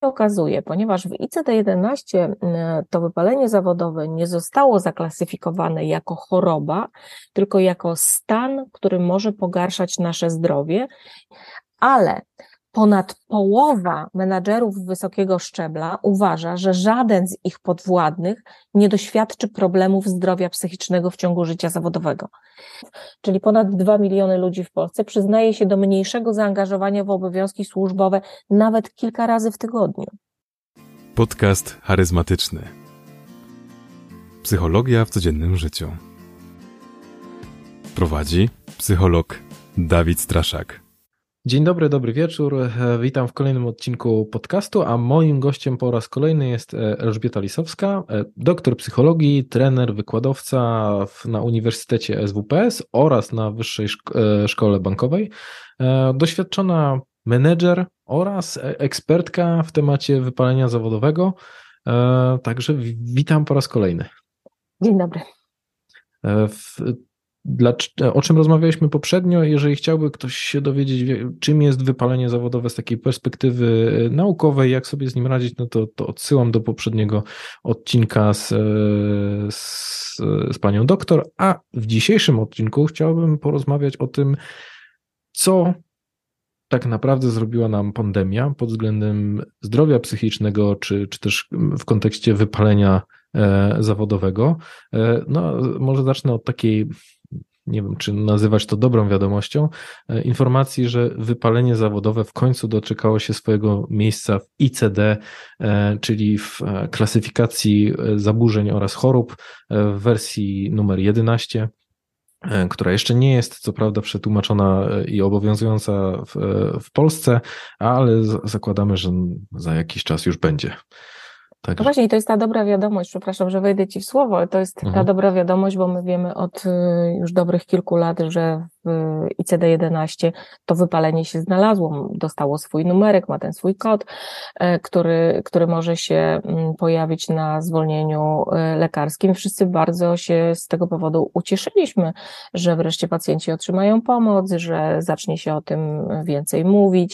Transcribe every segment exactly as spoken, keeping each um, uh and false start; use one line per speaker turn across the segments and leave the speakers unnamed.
okazuje, ponieważ w I C D jedenaście to wypalenie zawodowe nie zostało zaklasyfikowane jako choroba, tylko jako stan, który może pogarszać nasze zdrowie, ale ponad połowa menadżerów wysokiego szczebla uważa, że żaden z ich podwładnych nie doświadczy problemów zdrowia psychicznego w ciągu życia zawodowego. Czyli ponad dwa miliony ludzi w Polsce przyznaje się do mniejszego zaangażowania w obowiązki służbowe nawet kilka razy w tygodniu.
Podcast charyzmatyczny. Psychologia w codziennym życiu. Prowadzi psycholog Dawid Straszak.
Dzień dobry, dobry wieczór. Witam w kolejnym odcinku podcastu, a moim gościem po raz kolejny jest Elżbieta Lisowska, doktor psychologii, trener, wykładowca na Uniwersytecie S W P S oraz na Wyższej Szkole Bankowej, doświadczona menedżer oraz ekspertka w temacie wypalenia zawodowego. Także witam po raz kolejny.
Dzień dobry.
W Dla, o czym rozmawialiśmy poprzednio, jeżeli chciałby ktoś się dowiedzieć, czym jest wypalenie zawodowe z takiej perspektywy naukowej, jak sobie z nim radzić, no to, to odsyłam do poprzedniego odcinka z, z, z panią doktor, a w dzisiejszym odcinku chciałbym porozmawiać o tym, co tak naprawdę zrobiła nam pandemia pod względem zdrowia psychicznego, czy, czy też w kontekście wypalenia zawodowego. No, może zacznę od takiej, nie wiem, czy nazywać to dobrą wiadomością, informacji, że wypalenie zawodowe w końcu doczekało się swojego miejsca w I C D, czyli w klasyfikacji zaburzeń oraz chorób w wersji numer jedenaście, która jeszcze nie jest co prawda przetłumaczona i obowiązująca w, w Polsce, ale zakładamy, że za jakiś czas już będzie.
Tak. No właśnie, to jest ta dobra wiadomość, przepraszam, że wejdę Ci w słowo, ale to jest mhm. ta dobra wiadomość, bo my wiemy od już dobrych kilku lat, że w I C D jedenaście to wypalenie się znalazło, dostało swój numerek, ma ten swój kod, który, który może się pojawić na zwolnieniu lekarskim. Wszyscy bardzo się z tego powodu ucieszyliśmy, że wreszcie pacjenci otrzymają pomoc, że zacznie się o tym więcej mówić.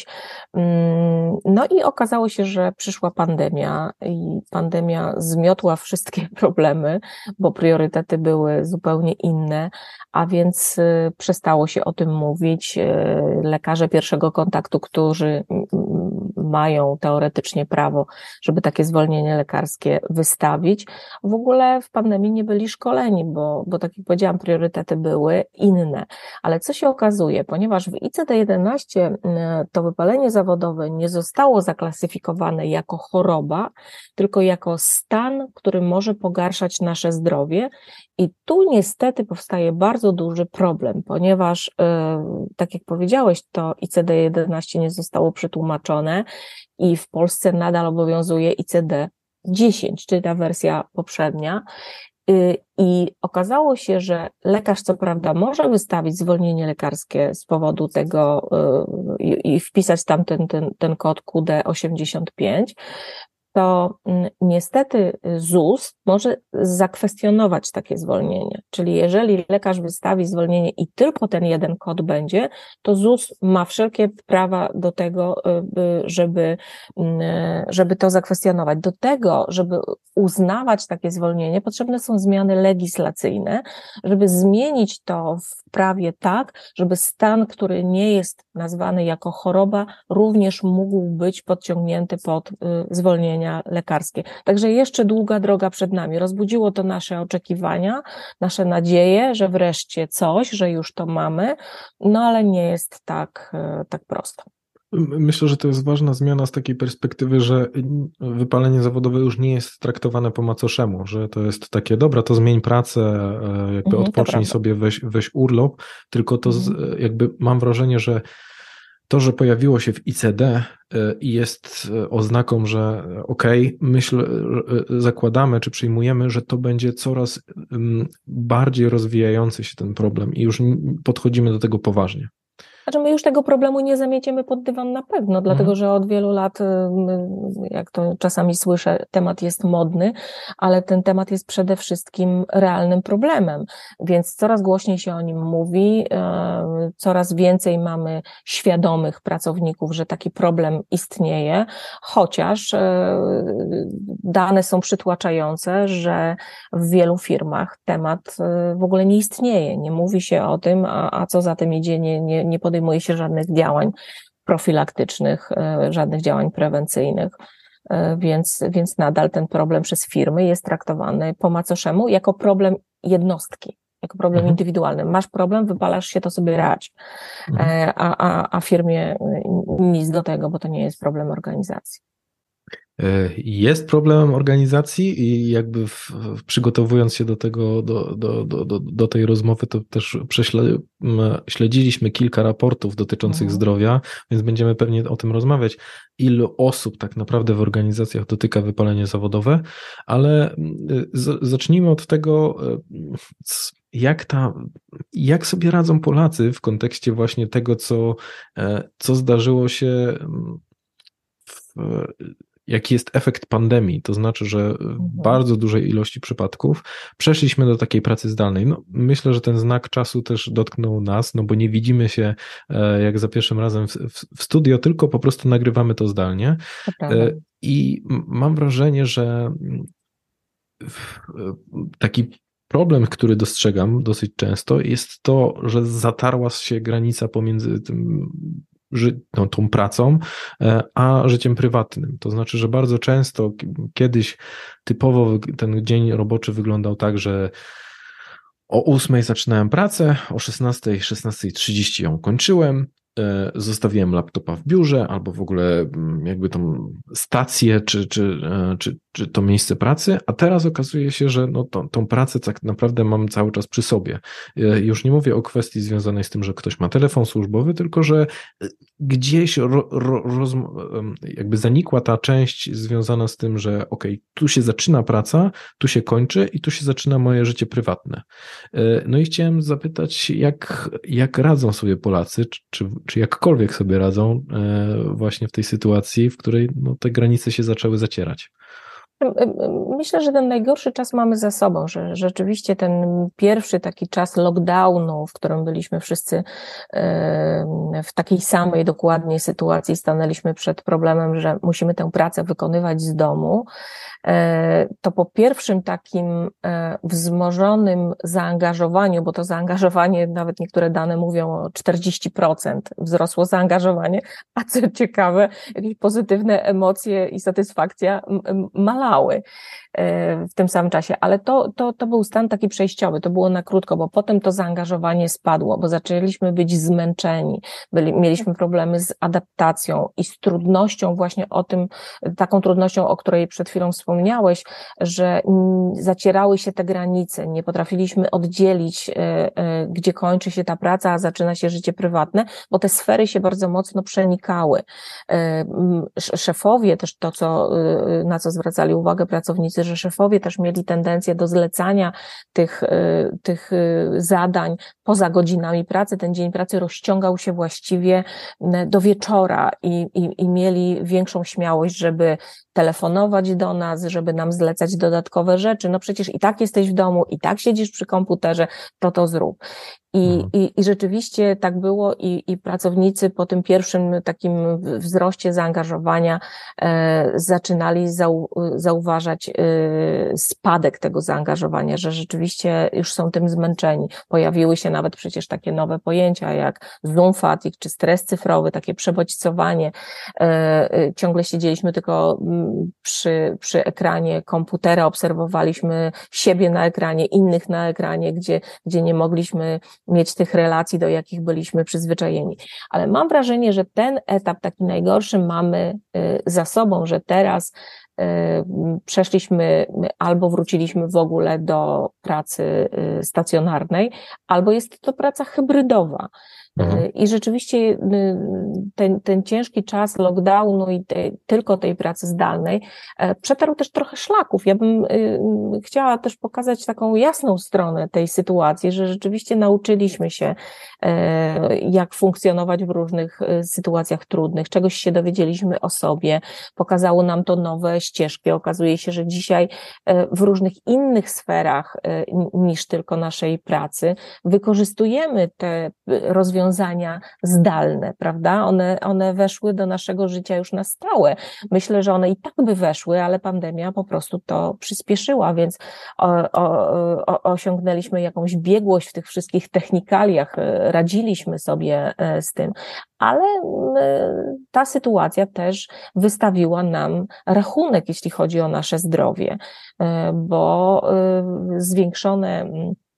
No i okazało się, że przyszła pandemia i pandemia zmiotła wszystkie problemy, bo priorytety były zupełnie inne, a więc przestało się o tym mówić. Lekarze pierwszego kontaktu, którzy mają teoretycznie prawo, żeby takie zwolnienie lekarskie wystawić, w ogóle w pandemii nie byli szkoleni, bo, bo tak jak powiedziałam, priorytety były inne. Ale co się okazuje, ponieważ w I C D jedenaście to wypalenie zawodowe nie zostało zaklasyfikowane jako choroba, tylko jako stan, który może pogarszać nasze zdrowie. I tu niestety powstaje bardzo duży problem, ponieważ, tak jak powiedziałeś, to I C D jedenaście nie zostało przetłumaczone i w Polsce nadal obowiązuje I C D dziesięć, czyli ta wersja poprzednia. I okazało się, że lekarz co prawda może wystawić zwolnienie lekarskie z powodu tego i wpisać tam ten, ten, ten kod Q D osiemdziesiąt pięć, to niestety Z U S może zakwestionować takie zwolnienie. Czyli jeżeli lekarz wystawi zwolnienie i tylko ten jeden kod będzie, to Z U S ma wszelkie prawa do tego, żeby, żeby to zakwestionować. Do tego, żeby uznawać takie zwolnienie, potrzebne są zmiany legislacyjne, żeby zmienić to w prawie tak, żeby stan, który nie jest nazwany jako choroba, również mógł być podciągnięty pod zwolnienia lekarskie. Także jeszcze długa droga przed nami. Rozbudziło to nasze oczekiwania, nasze nadzieje, że wreszcie coś, że już to mamy, no ale nie jest tak, tak prosto.
Myślę, że to jest ważna zmiana z takiej perspektywy, że wypalenie zawodowe już nie jest traktowane po macoszemu, że to jest takie, dobra, to zmień pracę, jakby mhm, odpocznij sobie, weź, weź urlop, tylko to mhm. z, jakby mam wrażenie, że to, że pojawiło się w I C D i jest oznaką, że okej, okay, myśl, zakładamy czy przyjmujemy, że to będzie coraz bardziej rozwijający się ten problem i już podchodzimy do tego poważnie.
Znaczy my już tego problemu nie zamieciemy pod dywan na pewno, dlatego że od wielu lat, jak to czasami słyszę, temat jest modny, ale ten temat jest przede wszystkim realnym problemem, więc coraz głośniej się o nim mówi, coraz więcej mamy świadomych pracowników, że taki problem istnieje, chociaż dane są przytłaczające, że w wielu firmach temat w ogóle nie istnieje, nie mówi się o tym, a, a co za tym idzie, nie, nie, nie podejmuje się żadnych działań profilaktycznych, żadnych działań prewencyjnych, więc, więc nadal ten problem przez firmy jest traktowany po macoszemu jako problem jednostki, jako problem mhm. indywidualny. Masz problem, wypalasz się, to sobie radź, mhm. a, a, a firmie nic do tego, bo to nie jest problem organizacji.
Jest problemem organizacji i jakby w, przygotowując się do tego, do, do, do, do, do tej rozmowy, to też prześle, śledziliśmy kilka raportów dotyczących mhm. zdrowia, więc będziemy pewnie o tym rozmawiać, ilu osób tak naprawdę w organizacjach dotyka wypalenie zawodowe, ale z, zacznijmy od tego, jak ta, jak sobie radzą Polacy w kontekście właśnie tego, co, co zdarzyło się w jaki jest efekt pandemii, to znaczy, że w mhm. bardzo dużej ilości przypadków przeszliśmy do takiej pracy zdalnej. No, myślę, że ten znak czasu też dotknął nas, no bo nie widzimy się jak za pierwszym razem w, w studio, tylko po prostu nagrywamy to zdalnie. I mam wrażenie, że taki problem, który dostrzegam dosyć często, jest to, że zatarła się granica pomiędzy tym Ży, no, tą pracą, a życiem prywatnym. To znaczy, że bardzo często kiedyś typowo ten dzień roboczy wyglądał tak, że o ósmej zaczynałem pracę, o szesnastej, szesnastej trzydzieści ją kończyłem, zostawiłem laptopa w biurze albo w ogóle jakby tą stację czy, czy, czy, czy to miejsce pracy, a teraz okazuje się, że no to, tą pracę tak naprawdę mam cały czas przy sobie. Już nie mówię o kwestii związanej z tym, że ktoś ma telefon służbowy, tylko że gdzieś ro, ro, roz, jakby zanikła ta część związana z tym, że okej, okay, tu się zaczyna praca, tu się kończy i tu się zaczyna moje życie prywatne. No i chciałem zapytać, jak, jak radzą sobie Polacy, czy, czy czy jakkolwiek sobie radzą właśnie w tej sytuacji, w której no, te granice się zaczęły zacierać?
Myślę, że ten najgorszy czas mamy za sobą, że rzeczywiście ten pierwszy taki czas lockdownu, w którym byliśmy wszyscy w takiej samej dokładnie sytuacji, stanęliśmy przed problemem, że musimy tę pracę wykonywać z domu, to po pierwszym takim wzmożonym zaangażowaniu, bo to zaangażowanie, nawet niektóre dane mówią o czterdzieści procent wzrosło zaangażowanie, a co ciekawe, jakieś pozytywne emocje i satysfakcja malały w tym samym czasie, ale to, to, to był stan taki przejściowy, to było na krótko, bo potem to zaangażowanie spadło, bo zaczęliśmy być zmęczeni, byli, mieliśmy problemy z adaptacją i z trudnością właśnie o tym, taką trudnością, o której przed chwilą wspomniałeś, że zacierały się te granice, nie potrafiliśmy oddzielić, gdzie kończy się ta praca, a zaczyna się życie prywatne, bo te sfery się bardzo mocno przenikały. Szefowie też to, co, na co zwracali uwagę pracownicy, że szefowie też mieli tendencję do zlecania tych, tych zadań poza godzinami pracy. Ten dzień pracy rozciągał się właściwie do wieczora i, i, i mieli większą śmiałość, żeby telefonować do nas, żeby nam zlecać dodatkowe rzeczy. No przecież i tak jesteś w domu, i tak siedzisz przy komputerze, to to zrób. I, mhm. i, i rzeczywiście tak było i, i pracownicy po tym pierwszym takim wzroście zaangażowania e, zaczynali zau, zauważać e, spadek tego zaangażowania, że rzeczywiście już są tym zmęczeni. Pojawiły się nawet przecież takie nowe pojęcia jak Zoom fatigue czy stres cyfrowy, takie przebodźcowanie. E, e, ciągle siedzieliśmy tylko przy, przy ekranie komputera, obserwowaliśmy siebie na ekranie, innych na ekranie, gdzie, gdzie nie mogliśmy mieć tych relacji, do jakich byliśmy przyzwyczajeni. Ale mam wrażenie, że ten etap taki najgorszy mamy za sobą, że teraz przeszliśmy albo wróciliśmy w ogóle do pracy stacjonarnej, albo jest to praca hybrydowa.
Mhm.
I rzeczywiście ten, ten ciężki czas lockdownu i te, tylko tej pracy zdalnej przetarł też trochę szlaków. Ja bym chciała też pokazać taką jasną stronę tej sytuacji, że rzeczywiście nauczyliśmy się, jak funkcjonować w różnych sytuacjach trudnych, czegoś się dowiedzieliśmy o sobie, pokazało nam to nowe ścieżki. Okazuje się, że dzisiaj w różnych innych sferach niż tylko naszej pracy wykorzystujemy te rozwiązania zdalne, prawda? One, one weszły do naszego życia już na stałe. Myślę, że one i tak by weszły, ale pandemia po prostu to przyspieszyła, więc o, o, o, osiągnęliśmy jakąś biegłość w tych wszystkich technikaliach, radziliśmy sobie z tym, ale ta sytuacja też wystawiła nam rachunek, jeśli chodzi o nasze zdrowie, bo zwiększone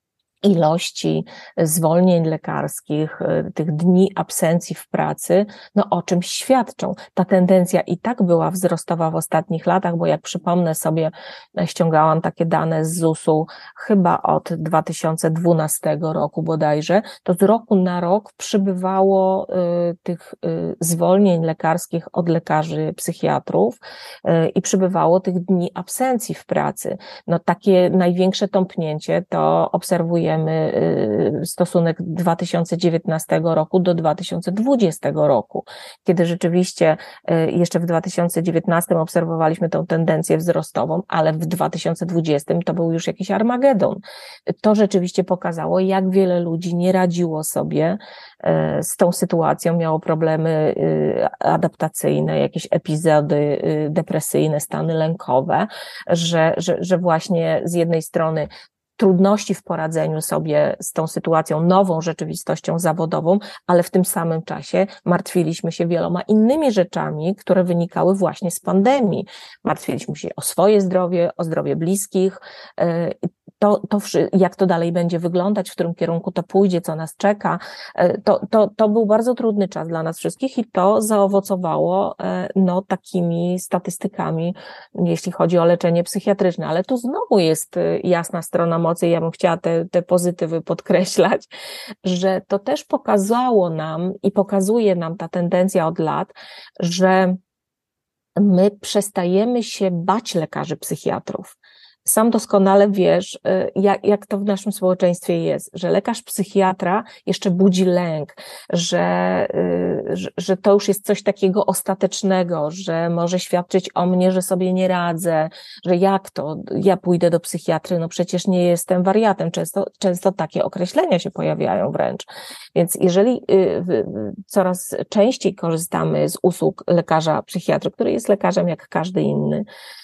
ilości zwolnień lekarskich, tych dni absencji w pracy, no o czym świadczą. Ta tendencja i tak była wzrostowa w ostatnich latach, bo jak przypomnę sobie, ściągałam takie dane z zusu chyba od dwa tysiące dwunastego roku bodajże, to z roku na rok przybywało y, tych y, zwolnień lekarskich od lekarzy psychiatrów y, i przybywało tych dni absencji w pracy. No takie największe tąpnięcie to obserwujemy stosunek dwa tysiące dziewiętnastego roku do dwa tysiące dwudziestego roku, kiedy rzeczywiście jeszcze w dwa tysiące dziewiętnastym obserwowaliśmy tą tendencję wzrostową, ale w dwa tysiące dwudziestym to był już jakiś Armagedon. To rzeczywiście pokazało, jak wiele ludzi nie radziło sobie z tą sytuacją, miało problemy adaptacyjne, jakieś epizody depresyjne, stany lękowe, że, że, że właśnie z jednej strony trudności w poradzeniu sobie z tą sytuacją, nową rzeczywistością zawodową, ale w tym samym czasie martwiliśmy się wieloma innymi rzeczami, które wynikały właśnie z pandemii. Martwiliśmy się o swoje zdrowie, o zdrowie bliskich, to, to, jak to dalej będzie wyglądać, w którym kierunku to pójdzie, co nas czeka. To, to, to był bardzo trudny czas dla nas wszystkich i to zaowocowało no, takimi statystykami, jeśli chodzi o leczenie psychiatryczne. Ale tu znowu jest jasna strona mocy i ja bym chciała te, te pozytywy podkreślać, że to też pokazało nam i pokazuje nam ta tendencja od lat, że my przestajemy się bać lekarzy psychiatrów. Sam doskonale wiesz, jak, jak to w naszym społeczeństwie jest, że lekarz psychiatra jeszcze budzi lęk, że, że, że to już jest coś takiego ostatecznego, że może świadczyć o mnie, że sobie nie radzę, że jak to, ja pójdę do psychiatry, no przecież nie jestem wariatem. Często, często takie określenia się pojawiają wręcz. Więc jeżeli coraz częściej korzystamy z usług lekarza psychiatry, który jest lekarzem jak każdy inny,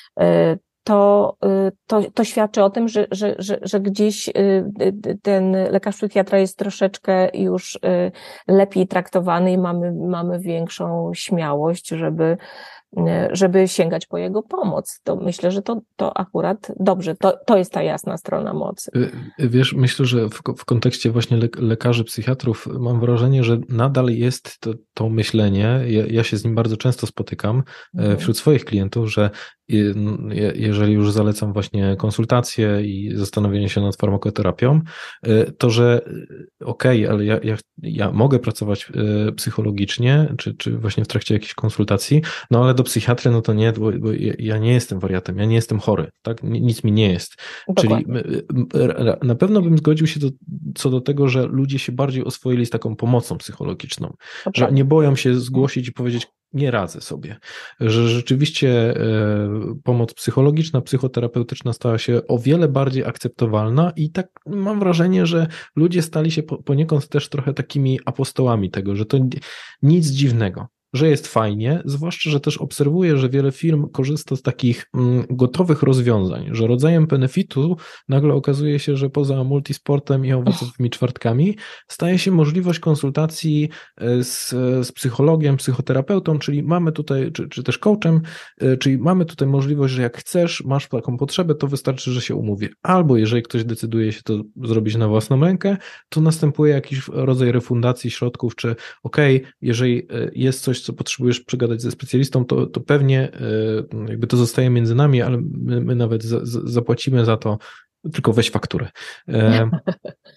to, to, to świadczy o tym, że, że, że, że gdzieś ten lekarz psychiatra jest troszeczkę już lepiej traktowany i mamy, mamy większą śmiałość, żeby, żeby sięgać po jego pomoc. To myślę, że to, to akurat dobrze, to, to jest ta jasna strona mocy.
Wiesz, myślę, że w, w kontekście właśnie le, lekarzy, psychiatrów mam wrażenie, że nadal jest to, to myślenie, ja, ja się z nim bardzo często spotykam mhm. wśród swoich klientów, że jeżeli już zalecam właśnie konsultacje i zastanowienie się nad farmakoterapią, to że okej, okay, ale ja, ja, ja mogę pracować psychologicznie, czy, czy właśnie w trakcie jakiejś konsultacji, no ale do psychiatry, no to nie, bo, bo ja nie jestem wariatem, ja nie jestem chory, tak? Nic mi nie jest. Dokładnie. Czyli na pewno bym zgodził się do, co do tego, że ludzie się bardziej oswoili z taką pomocą psychologiczną, okay. że nie boją się zgłosić i powiedzieć, nie radzę sobie, że rzeczywiście pomoc psychologiczna, psychoterapeutyczna stała się o wiele bardziej akceptowalna i tak mam wrażenie, że ludzie stali się poniekąd też trochę takimi apostołami tego, że to nic dziwnego, że jest fajnie, zwłaszcza, że też obserwuję, że wiele firm korzysta z takich mm, gotowych rozwiązań, że rodzajem benefitu nagle okazuje się, że poza multisportem i owocowymi czwartkami staje się możliwość konsultacji z, z psychologiem, psychoterapeutą, czyli mamy tutaj, czy, czy też coachem, czyli mamy tutaj możliwość, że jak chcesz, masz taką potrzebę, to wystarczy, że się umówi. Albo jeżeli ktoś decyduje się to zrobić na własną rękę, to następuje jakiś rodzaj refundacji środków, czy okej, okay, jeżeli jest coś, co potrzebujesz przegadać ze specjalistą, to, to pewnie jakby to zostaje między nami, ale my, my nawet za, za, zapłacimy za to, tylko weź fakturę.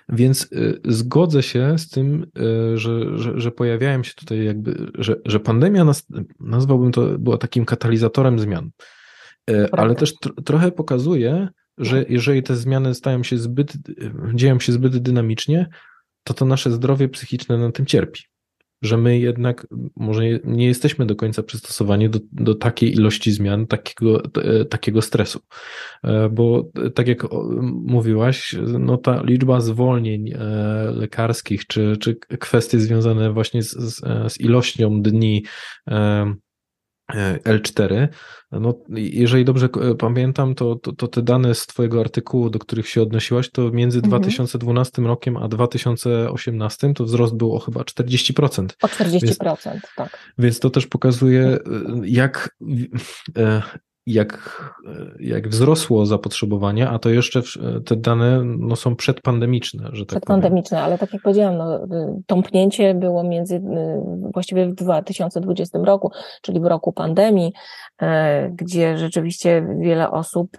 Więc y, zgodzę się z tym, y, że, że, że pojawiają się tutaj jakby, że, że pandemia, nas, nazwałbym to, była takim katalizatorem zmian. Y, ale też tr- trochę pokazuje, że jeżeli te zmiany stają się zbyt, dzieją się zbyt dynamicznie, to to nasze zdrowie psychiczne na tym cierpi. Że my jednak może nie jesteśmy do końca przystosowani do, do takiej ilości zmian, takiego, takiego stresu. Bo tak jak mówiłaś, no ta liczba zwolnień lekarskich, czy, czy kwestie związane właśnie z, z, z ilością dni L cztery, no jeżeli dobrze pamiętam, to, to, to te dane z twojego artykułu, do których się odnosiłaś, to między mhm. dwa tysiące dwunastym rokiem a dwa tysiące osiemnastym to wzrost był o chyba czterdzieści procent.
O czterdzieści procent, więc, tak.
Więc to też pokazuje, jak, jak, jak wzrosło zapotrzebowanie, a to jeszcze te dane no, są przedpandemiczne, że tak
Przedpandemiczne, powiem. Ale tak jak powiedziałam, no, tąpnięcie było między właściwie w dwa tysiące dwudziestym roku, czyli w roku pandemii, gdzie rzeczywiście wiele osób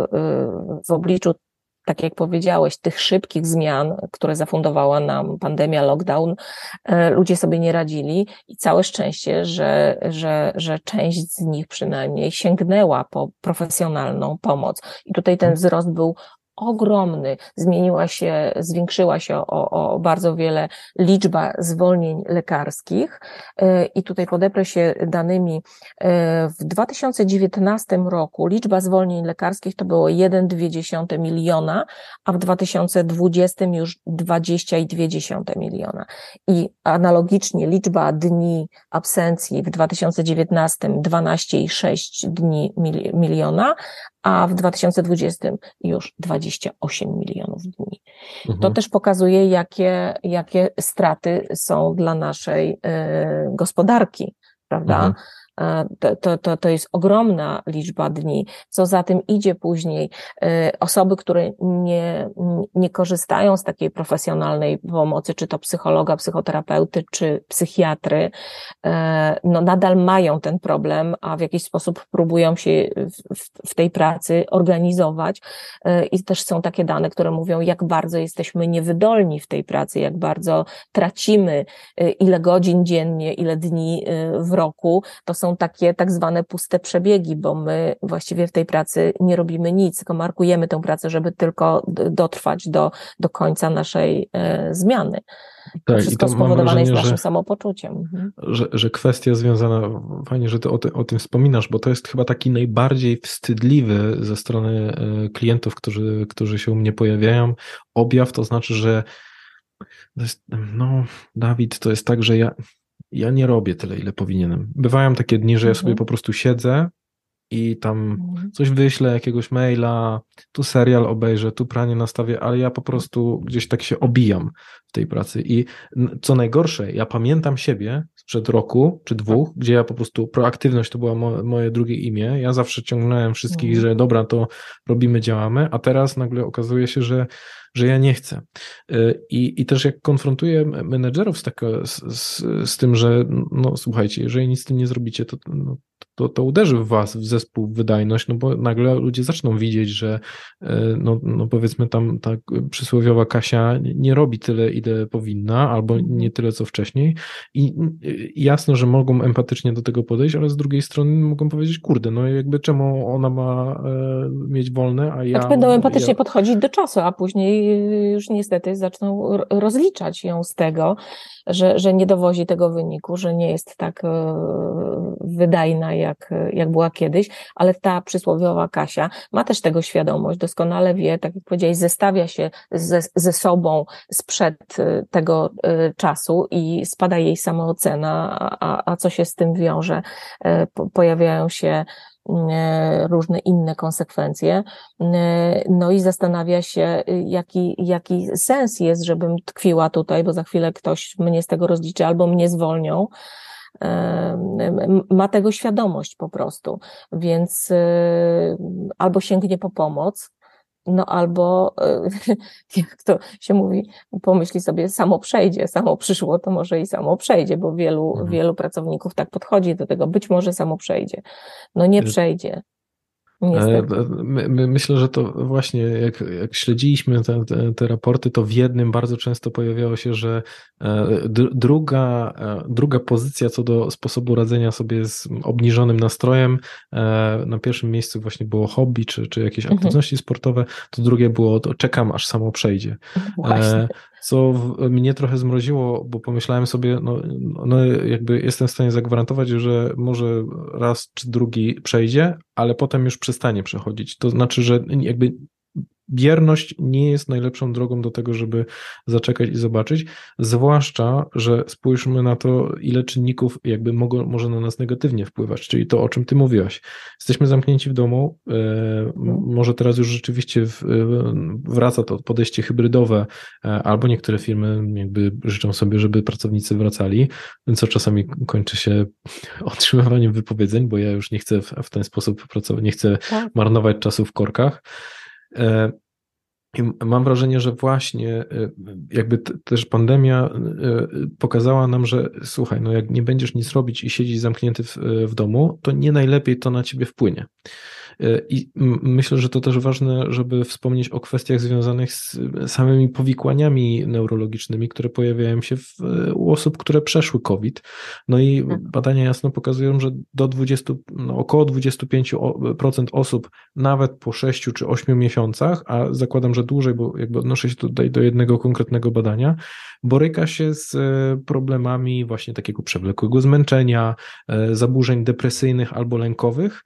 w obliczu, tak jak powiedziałeś, tych szybkich zmian, które zafundowała nam pandemia, lockdown, ludzie sobie nie radzili i całe szczęście, że, że, że część z nich przynajmniej sięgnęła po profesjonalną pomoc. I tutaj ten wzrost był ogromny, zmieniła się, zwiększyła się o, o bardzo wiele liczba zwolnień lekarskich i tutaj podeprę się danymi. W dwa tysiące dziewiętnastym roku liczba zwolnień lekarskich to było jeden przecinek dwa miliona, a w dwa tysiące dwudziestym już dwadzieścia przecinek dwa miliona. I analogicznie liczba dni absencji w dwa tysiące dziewiętnastym dwanaście przecinek sześć dni miliona, a w dwa tysiące dwudziestym już dwadzieścia osiem milionów dni. Mhm. To też pokazuje, jakie, jakie straty są dla naszej y, gospodarki, prawda? Mhm. To, to, to, to jest ogromna liczba dni. Co za tym idzie później, osoby, które nie, nie korzystają z takiej profesjonalnej pomocy, czy to psychologa, psychoterapeuty, czy psychiatry, no nadal mają ten problem, a w jakiś sposób próbują się w, w tej pracy organizować. I też są takie dane, które mówią, jak bardzo jesteśmy niewydolni w tej pracy, jak bardzo tracimy, ile godzin dziennie, ile dni w roku. To są takie tak zwane puste przebiegi, bo my właściwie w tej pracy nie robimy nic, tylko markujemy tę pracę, żeby tylko dotrwać do, do końca naszej e, zmiany. To
tak,
wszystko
i to
spowodowane
wrażenie,
jest naszym
że,
samopoczuciem. Mhm.
Że, że kwestia związana, fajnie, że ty o, ty o tym wspominasz, bo to jest chyba taki najbardziej wstydliwy ze strony klientów, którzy, którzy się u mnie pojawiają, objaw, to znaczy, że to jest, no Dawid, to jest tak, że ja Ja nie robię tyle, ile powinienem. Bywają takie dni, że ja sobie po prostu siedzę i tam coś wyślę, jakiegoś maila, tu serial obejrzę, tu pranie nastawię, ale ja po prostu gdzieś tak się obijam w tej pracy. I co najgorsze, ja pamiętam siebie sprzed roku czy dwóch, gdzie ja po prostu, proaktywność to była mo- moje drugie imię, ja zawsze ciągnąłem wszystkich, że dobra, to robimy, działamy, a teraz nagle okazuje się, że że ja nie chcę. I, i też jak konfrontuję menedżerów z, tako, z, z, z tym, że no słuchajcie, jeżeli nic z tym nie zrobicie, to, no, to, to uderzy w was, w zespół, w wydajność, no bo nagle ludzie zaczną widzieć, że no, no powiedzmy tam ta przysłowiowa Kasia nie robi tyle, ile powinna, albo nie tyle, co wcześniej i jasno, że mogą empatycznie do tego podejść, ale z drugiej strony mogą powiedzieć, kurde, no jakby czemu ona ma mieć wolne, a ja...
Znaczy będą empatycznie
ja...
podchodzić do czasu, a później już niestety zaczną rozliczać ją z tego, że, że nie dowozi tego wyniku, że nie jest tak wydajna, jak, jak była kiedyś, ale ta przysłowiowa Kasia ma też tego świadomość, doskonale wie, tak jak powiedziałeś, zestawia się ze, ze sobą sprzed tego czasu i spada jej samoocena, a, a co się z tym wiąże? Pojawiają się różne inne konsekwencje, no i zastanawia się, jaki, jaki sens jest, żebym tkwiła tutaj, bo za chwilę ktoś mnie z tego rozliczy albo mnie zwolnią. Ma tego świadomość po prostu, więc albo sięgnie po pomoc, no albo, jak to się mówi, pomyśli sobie, samo przejdzie, samo przyszło, to może i samo przejdzie, bo wielu, mhm. wielu pracowników tak podchodzi do tego, być może samo przejdzie. No nie przejdzie. Niestety.
My, my, myślę, że to właśnie jak, jak śledziliśmy te, te, te raporty, to w jednym bardzo często pojawiało się, że d- druga, druga pozycja co do sposobu radzenia sobie z obniżonym nastrojem, na pierwszym miejscu właśnie było hobby czy, czy jakieś
Mhm.
aktywności sportowe, to drugie było to czekam aż samo przejdzie.
Właśnie.
Co w, mnie trochę zmroziło, bo pomyślałem sobie, no, no jakby jestem w stanie zagwarantować, że może raz czy drugi przejdzie, ale potem już przestanie przechodzić. To znaczy, że jakby bierność nie jest najlepszą drogą do tego, żeby zaczekać i zobaczyć, zwłaszcza, że spójrzmy na to, ile czynników jakby mogło, może na nas negatywnie wpływać, czyli to, o czym ty mówiłaś. Jesteśmy zamknięci w domu, e,
Mhm.
może teraz już rzeczywiście w, wraca to podejście hybrydowe, e, albo niektóre firmy jakby życzą sobie, żeby pracownicy wracali, co czasami kończy się otrzymywaniem wypowiedzeń, bo ja już nie chcę w, w ten sposób pracować, nie chcę
Tak.
marnować czasu w korkach. I mam wrażenie, że właśnie jakby też pandemia pokazała nam, że słuchaj, no jak nie będziesz nic robić i siedzieć zamknięty w, w domu, to nie najlepiej to na ciebie wpłynie. I myślę, że to też ważne, żeby wspomnieć o kwestiach związanych z samymi powikłaniami neurologicznymi, które pojawiają się w, u osób, które przeszły COVID. No i
Tak.
badania jasno pokazują, że do dwudziestu, no około dwadzieścia pięć procent osób nawet po sześciu czy ośmiu miesiącach, a zakładam, że dłużej, bo jakby odnoszę się tutaj do jednego konkretnego badania, boryka się z problemami właśnie takiego przewlekłego zmęczenia, zaburzeń depresyjnych albo lękowych.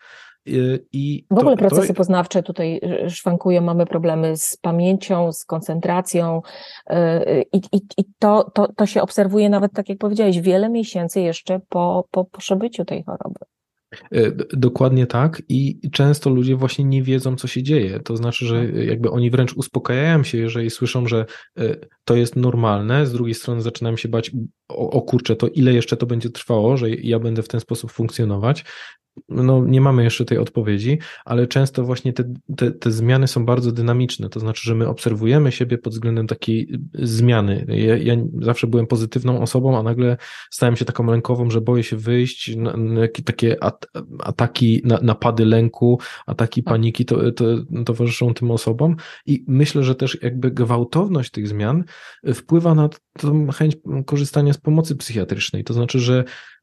I
W ogóle
to,
procesy
to...
poznawcze tutaj szwankują, mamy problemy z pamięcią, z koncentracją i, i, i to, to, to się obserwuje nawet, tak jak powiedziałeś, wiele miesięcy jeszcze po, po, po przebyciu tej choroby.
Dokładnie tak i często ludzie właśnie nie wiedzą, co się dzieje. To znaczy, że jakby oni wręcz uspokajają się, jeżeli słyszą, że to jest normalne, z drugiej strony zaczynają się bać, o, o kurczę, to ile jeszcze to będzie trwało, że ja będę w ten sposób funkcjonować. No, nie mamy jeszcze tej odpowiedzi, ale często właśnie te, te, te zmiany są bardzo dynamiczne, to znaczy, że my obserwujemy siebie pod względem takiej zmiany. Ja, ja zawsze byłem pozytywną osobą, a nagle stałem się taką lękową, że boję się wyjść, na, na, takie at, ataki, na, napady lęku, ataki paniki to, to, towarzyszą tym osobom i myślę, że też jakby gwałtowność tych zmian wpływa na tą chęć korzystania z pomocy psychiatrycznej, to znaczy, że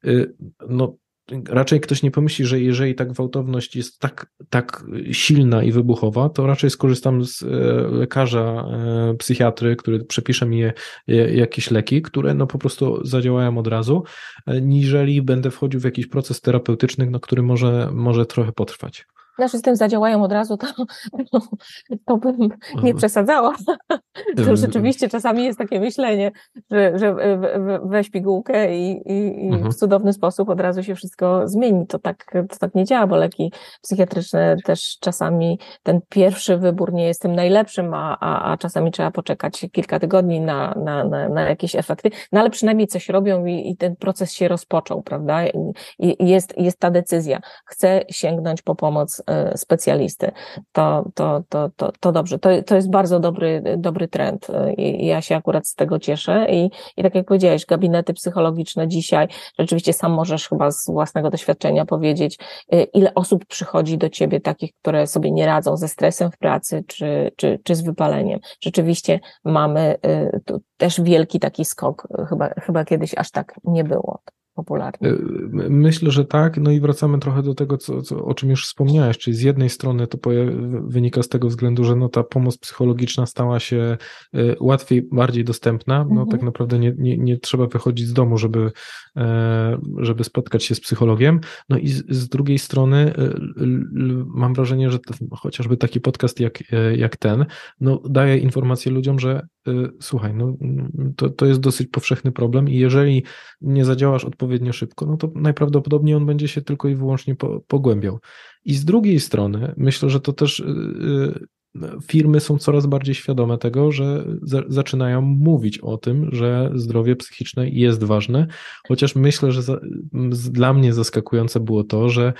no raczej ktoś nie pomyśli, że jeżeli ta gwałtowność jest tak, tak silna i wybuchowa, to raczej skorzystam z lekarza, psychiatry, który przepisze mi je, jakieś leki, które no po prostu zadziałają od razu, niżeli będę wchodził w jakiś proces terapeutyczny, no, który może, może trochę potrwać.
Znaczy z tym zadziałają od razu, to, to, to bym nie przesadzała. To rzeczywiście czasami jest takie myślenie, że, że weź pigułkę i, i, i w cudowny sposób od razu się wszystko zmieni. To tak, to tak nie działa, bo leki psychiatryczne też czasami ten pierwszy wybór nie jest tym najlepszym, a, a, a czasami trzeba poczekać kilka tygodni na, na, na, na jakieś efekty, no ale przynajmniej coś robią i, i ten proces się rozpoczął, prawda? I, i jest, jest ta decyzja. Chcę sięgnąć po pomoc specjalisty. To, to, to, to, to dobrze. To, to jest bardzo dobry, dobry trend i ja się akurat z tego cieszę i, i tak jak powiedziałeś, gabinety psychologiczne dzisiaj, rzeczywiście sam możesz chyba z własnego doświadczenia powiedzieć, ile osób przychodzi do ciebie takich, które sobie nie radzą ze stresem w pracy czy, czy, czy z wypaleniem. Rzeczywiście mamy tu też wielki taki skok, chyba, chyba kiedyś aż tak nie było popularny.
Myślę, że tak, no i wracamy trochę do tego, co, co, o czym już wspomniałeś, czyli z jednej strony to wynika z tego względu, że no ta pomoc psychologiczna stała się łatwiej, bardziej dostępna, no mhm. tak naprawdę nie, nie, nie trzeba wychodzić z domu, żeby, żeby spotkać się z psychologiem, no i z, z drugiej strony mam wrażenie, że to, chociażby taki podcast jak, jak ten, no daje informację ludziom, że słuchaj, no to, to jest dosyć powszechny problem i jeżeli nie zadziałasz odpowiednio szybko, no to najprawdopodobniej on będzie się tylko i wyłącznie po, pogłębiał. I z drugiej strony myślę, że to też firmy są coraz bardziej świadome tego, że za, zaczynają mówić o tym, że zdrowie psychiczne jest ważne, chociaż myślę, że za, z, dla mnie zaskakujące było to, że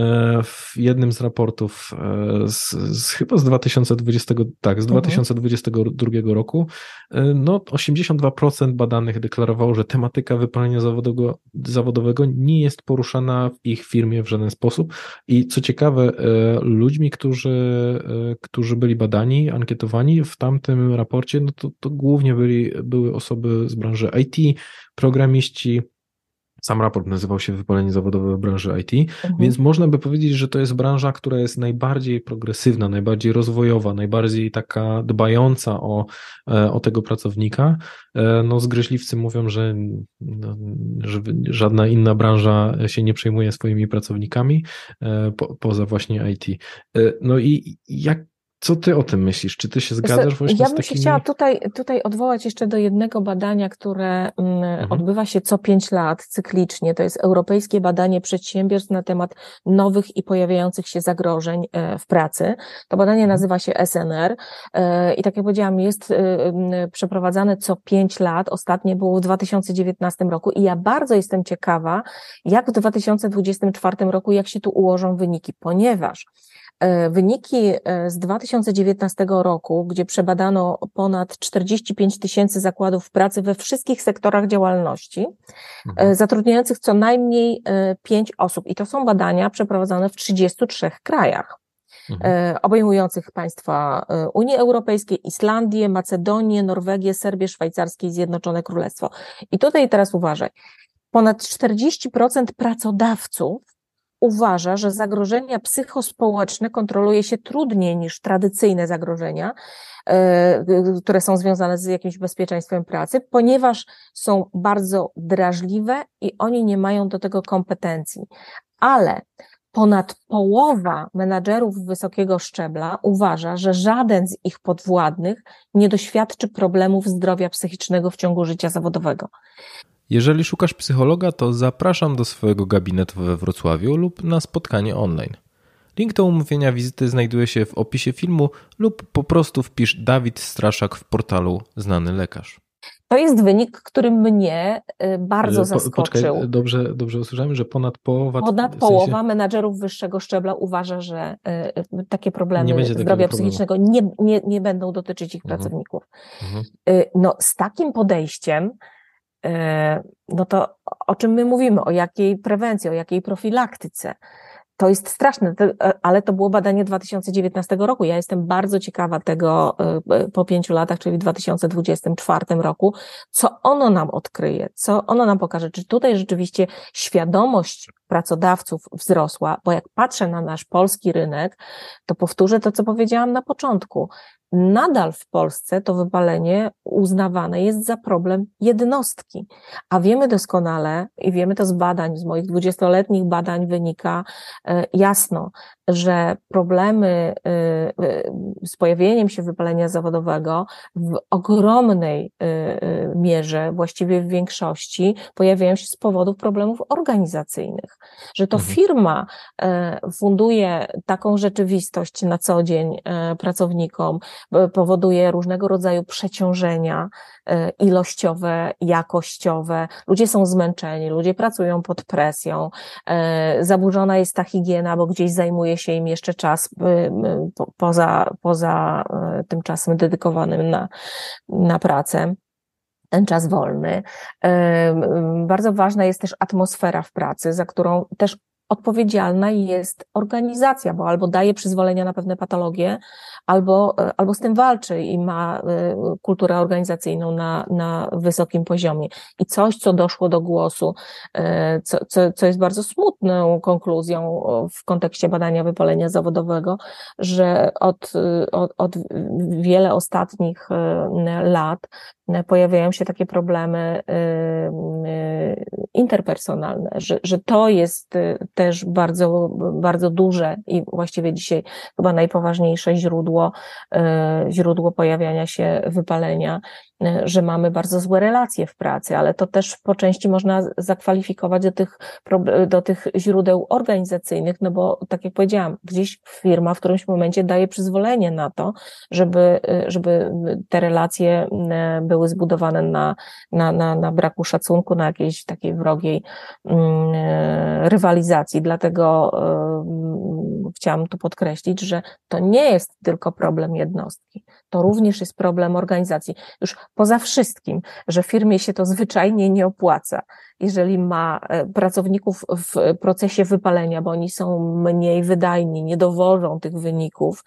w jednym z raportów z, z chyba z dwa tysiące dwudziestego, tak, z dwa tysiące dwudziestego drugiego roku, no osiemdziesiąt dwa procent badanych deklarowało, że tematyka wypalenia zawodowego, zawodowego nie jest poruszana w ich firmie w żaden sposób i co ciekawe, ludźmi, którzy, którzy byli badani, ankietowani w tamtym raporcie, no to, to głównie byli, były osoby z branży I T, programiści. Sam raport nazywał się Wypalenie zawodowe w branży I T, mhm. więc można by powiedzieć, że to jest branża, która jest najbardziej progresywna, najbardziej rozwojowa, najbardziej taka dbająca o, o tego pracownika. No zgryźliwcy mówią, że, no, że żadna inna branża się nie przejmuje swoimi pracownikami po, poza właśnie I T. No i jak Co ty o tym myślisz? Czy ty się zgadzasz właśnie
ja
z
bym
takimi...
się chciała tutaj, tutaj odwołać jeszcze do jednego badania, które mhm. odbywa się co pięć lat cyklicznie. To jest Europejskie Badanie Przedsiębiorstw na temat nowych i pojawiających się zagrożeń w pracy. To badanie mhm. nazywa się S N R i tak jak powiedziałam, jest przeprowadzane co pięć lat. Ostatnie było w dwa tysiące dziewiętnastym roku i ja bardzo jestem ciekawa, jak w dwa tysiące dwudziestym czwartym roku, jak się tu ułożą wyniki, ponieważ wyniki z dwa tysiące dziewiętnastego roku, gdzie przebadano ponad czterdzieści pięć tysięcy zakładów pracy we wszystkich sektorach działalności, mhm. zatrudniających co najmniej pięć osób. I to są badania przeprowadzane w trzydziestu trzech krajach, mhm. obejmujących państwa Unii Europejskiej, Islandię, Macedonię, Norwegię, Serbię, Szwajcarskie i Zjednoczone Królestwo. I tutaj teraz uważaj, ponad czterdzieści procent pracodawców uważa, że zagrożenia psychospołeczne kontroluje się trudniej niż tradycyjne zagrożenia, które są związane z jakimś bezpieczeństwem pracy, ponieważ są bardzo drażliwe i oni nie mają do tego kompetencji. Ale ponad połowa menadżerów wysokiego szczebla uważa, że żaden z ich podwładnych nie doświadczy problemów zdrowia psychicznego w ciągu życia zawodowego.
Jeżeli szukasz psychologa, to zapraszam do swojego gabinetu we Wrocławiu lub na spotkanie online. Link do umówienia wizyty znajduje się w opisie filmu lub po prostu wpisz Dawid Straszak w portalu Znany Lekarz.
To jest wynik, który mnie bardzo zaskoczył.
Poczekaj, dobrze, dobrze usłyszałem, że ponad połowa...
Ponad
w sensie...
połowa menadżerów wyższego szczebla uważa, że y, takie problemy zdrowia psychicznego nie, nie, nie będą dotyczyć ich mhm. pracowników. Mhm. Y, no z takim podejściem no to o czym my mówimy, o jakiej prewencji, o jakiej profilaktyce. To jest straszne, ale to było badanie dwa tysiące dziewiętnastego roku. Ja jestem bardzo ciekawa tego po pięciu latach, czyli w dwa tysiące dwudziestym czwartym roku, co ono nam odkryje, co ono nam pokaże. Czy tutaj rzeczywiście świadomość pracodawców wzrosła, bo jak patrzę na nasz polski rynek, to powtórzę to, co powiedziałam na początku. Nadal w Polsce to wypalenie uznawane jest za problem jednostki, a wiemy doskonale i wiemy to z badań, z moich dwudziestoletnich badań wynika jasno, że problemy z pojawieniem się wypalenia zawodowego w ogromnej mierze, właściwie w większości, pojawiają się z powodów problemów organizacyjnych, że to firma funduje taką rzeczywistość na co dzień pracownikom, powoduje różnego rodzaju przeciążenia ilościowe, jakościowe. Ludzie są zmęczeni, ludzie pracują pod presją, zaburzona jest ta higiena, bo gdzieś zajmuje się im jeszcze czas poza, poza tym czasem dedykowanym na, na pracę. Ten czas wolny. Bardzo ważna jest też atmosfera w pracy, za którą też odpowiedzialna jest organizacja, bo albo daje przyzwolenia na pewne patologie, albo, albo z tym walczy i ma kulturę organizacyjną na, na wysokim poziomie. I coś, co doszło do głosu, co, co, co jest bardzo smutną konkluzją w kontekście badania wypalenia zawodowego, że od, od, od wiele ostatnich lat pojawiają się takie problemy interpersonalne, że, że to jest też bardzo, bardzo duże i właściwie dzisiaj chyba najpoważniejsze źródło, źródło pojawiania się wypalenia że mamy bardzo złe relacje w pracy, ale to też po części można zakwalifikować do tych, do tych źródeł organizacyjnych, no bo tak jak powiedziałam, gdzieś firma w którymś momencie daje przyzwolenie na to, żeby, żeby te relacje były zbudowane na, na, na, na braku szacunku, na jakiejś takiej wrogiej rywalizacji. Dlatego chciałam tu podkreślić, że to nie jest tylko problem jednostki, to również jest problem organizacji. Już poza wszystkim, że firmie się to zwyczajnie nie opłaca, jeżeli ma pracowników w procesie wypalenia, bo oni są mniej wydajni, nie dowożą tych wyników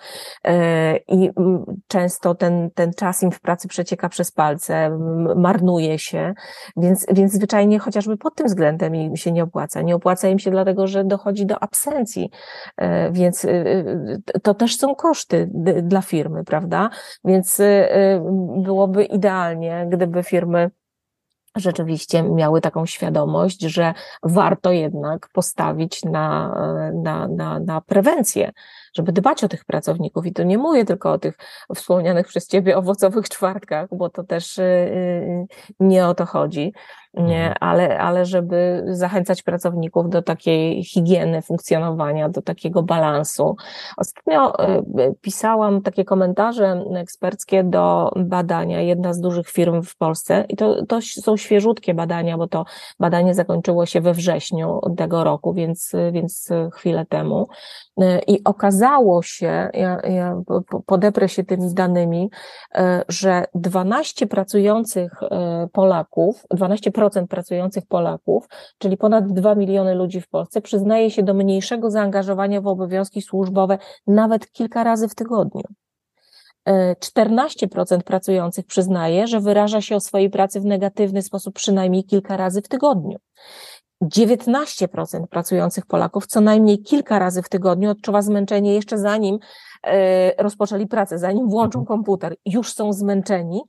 i często ten, ten czas im w pracy przecieka przez palce, marnuje się, więc, więc zwyczajnie chociażby pod tym względem im się nie opłaca. Nie opłaca im się dlatego, że dochodzi do absencji, więc to też są koszty dla firmy, prawda? Więc byłoby idealnie, gdyby firmy rzeczywiście miały taką świadomość, że warto jednak postawić na, na, na, na prewencję, żeby dbać o tych pracowników. I tu nie mówię tylko o tych wspomnianych przez Ciebie owocowych czwartkach, bo to też nie o to chodzi, nie, ale, ale żeby zachęcać pracowników do takiej higieny funkcjonowania, do takiego balansu. Ostatnio pisałam takie komentarze eksperckie do badania, jedna z dużych firm w Polsce, i to, to są świeżutkie badania, bo to badanie zakończyło się we wrześniu tego roku, więc, więc chwilę temu. I okazało się, ja, ja podeprę się tymi danymi, że dwanaście pracujących Polaków, dwanaście procent pracujących Polaków, czyli ponad dwa miliony ludzi w Polsce, przyznaje się do mniejszego zaangażowania w obowiązki służbowe nawet kilka razy w tygodniu. czternaście procent pracujących przyznaje, że wyraża się o swojej pracy w negatywny sposób przynajmniej kilka razy w tygodniu. dziewiętnaście procent pracujących Polaków co najmniej kilka razy w tygodniu odczuwa zmęczenie jeszcze zanim rozpoczęli pracę, zanim włączą komputer, już są zmęczeni,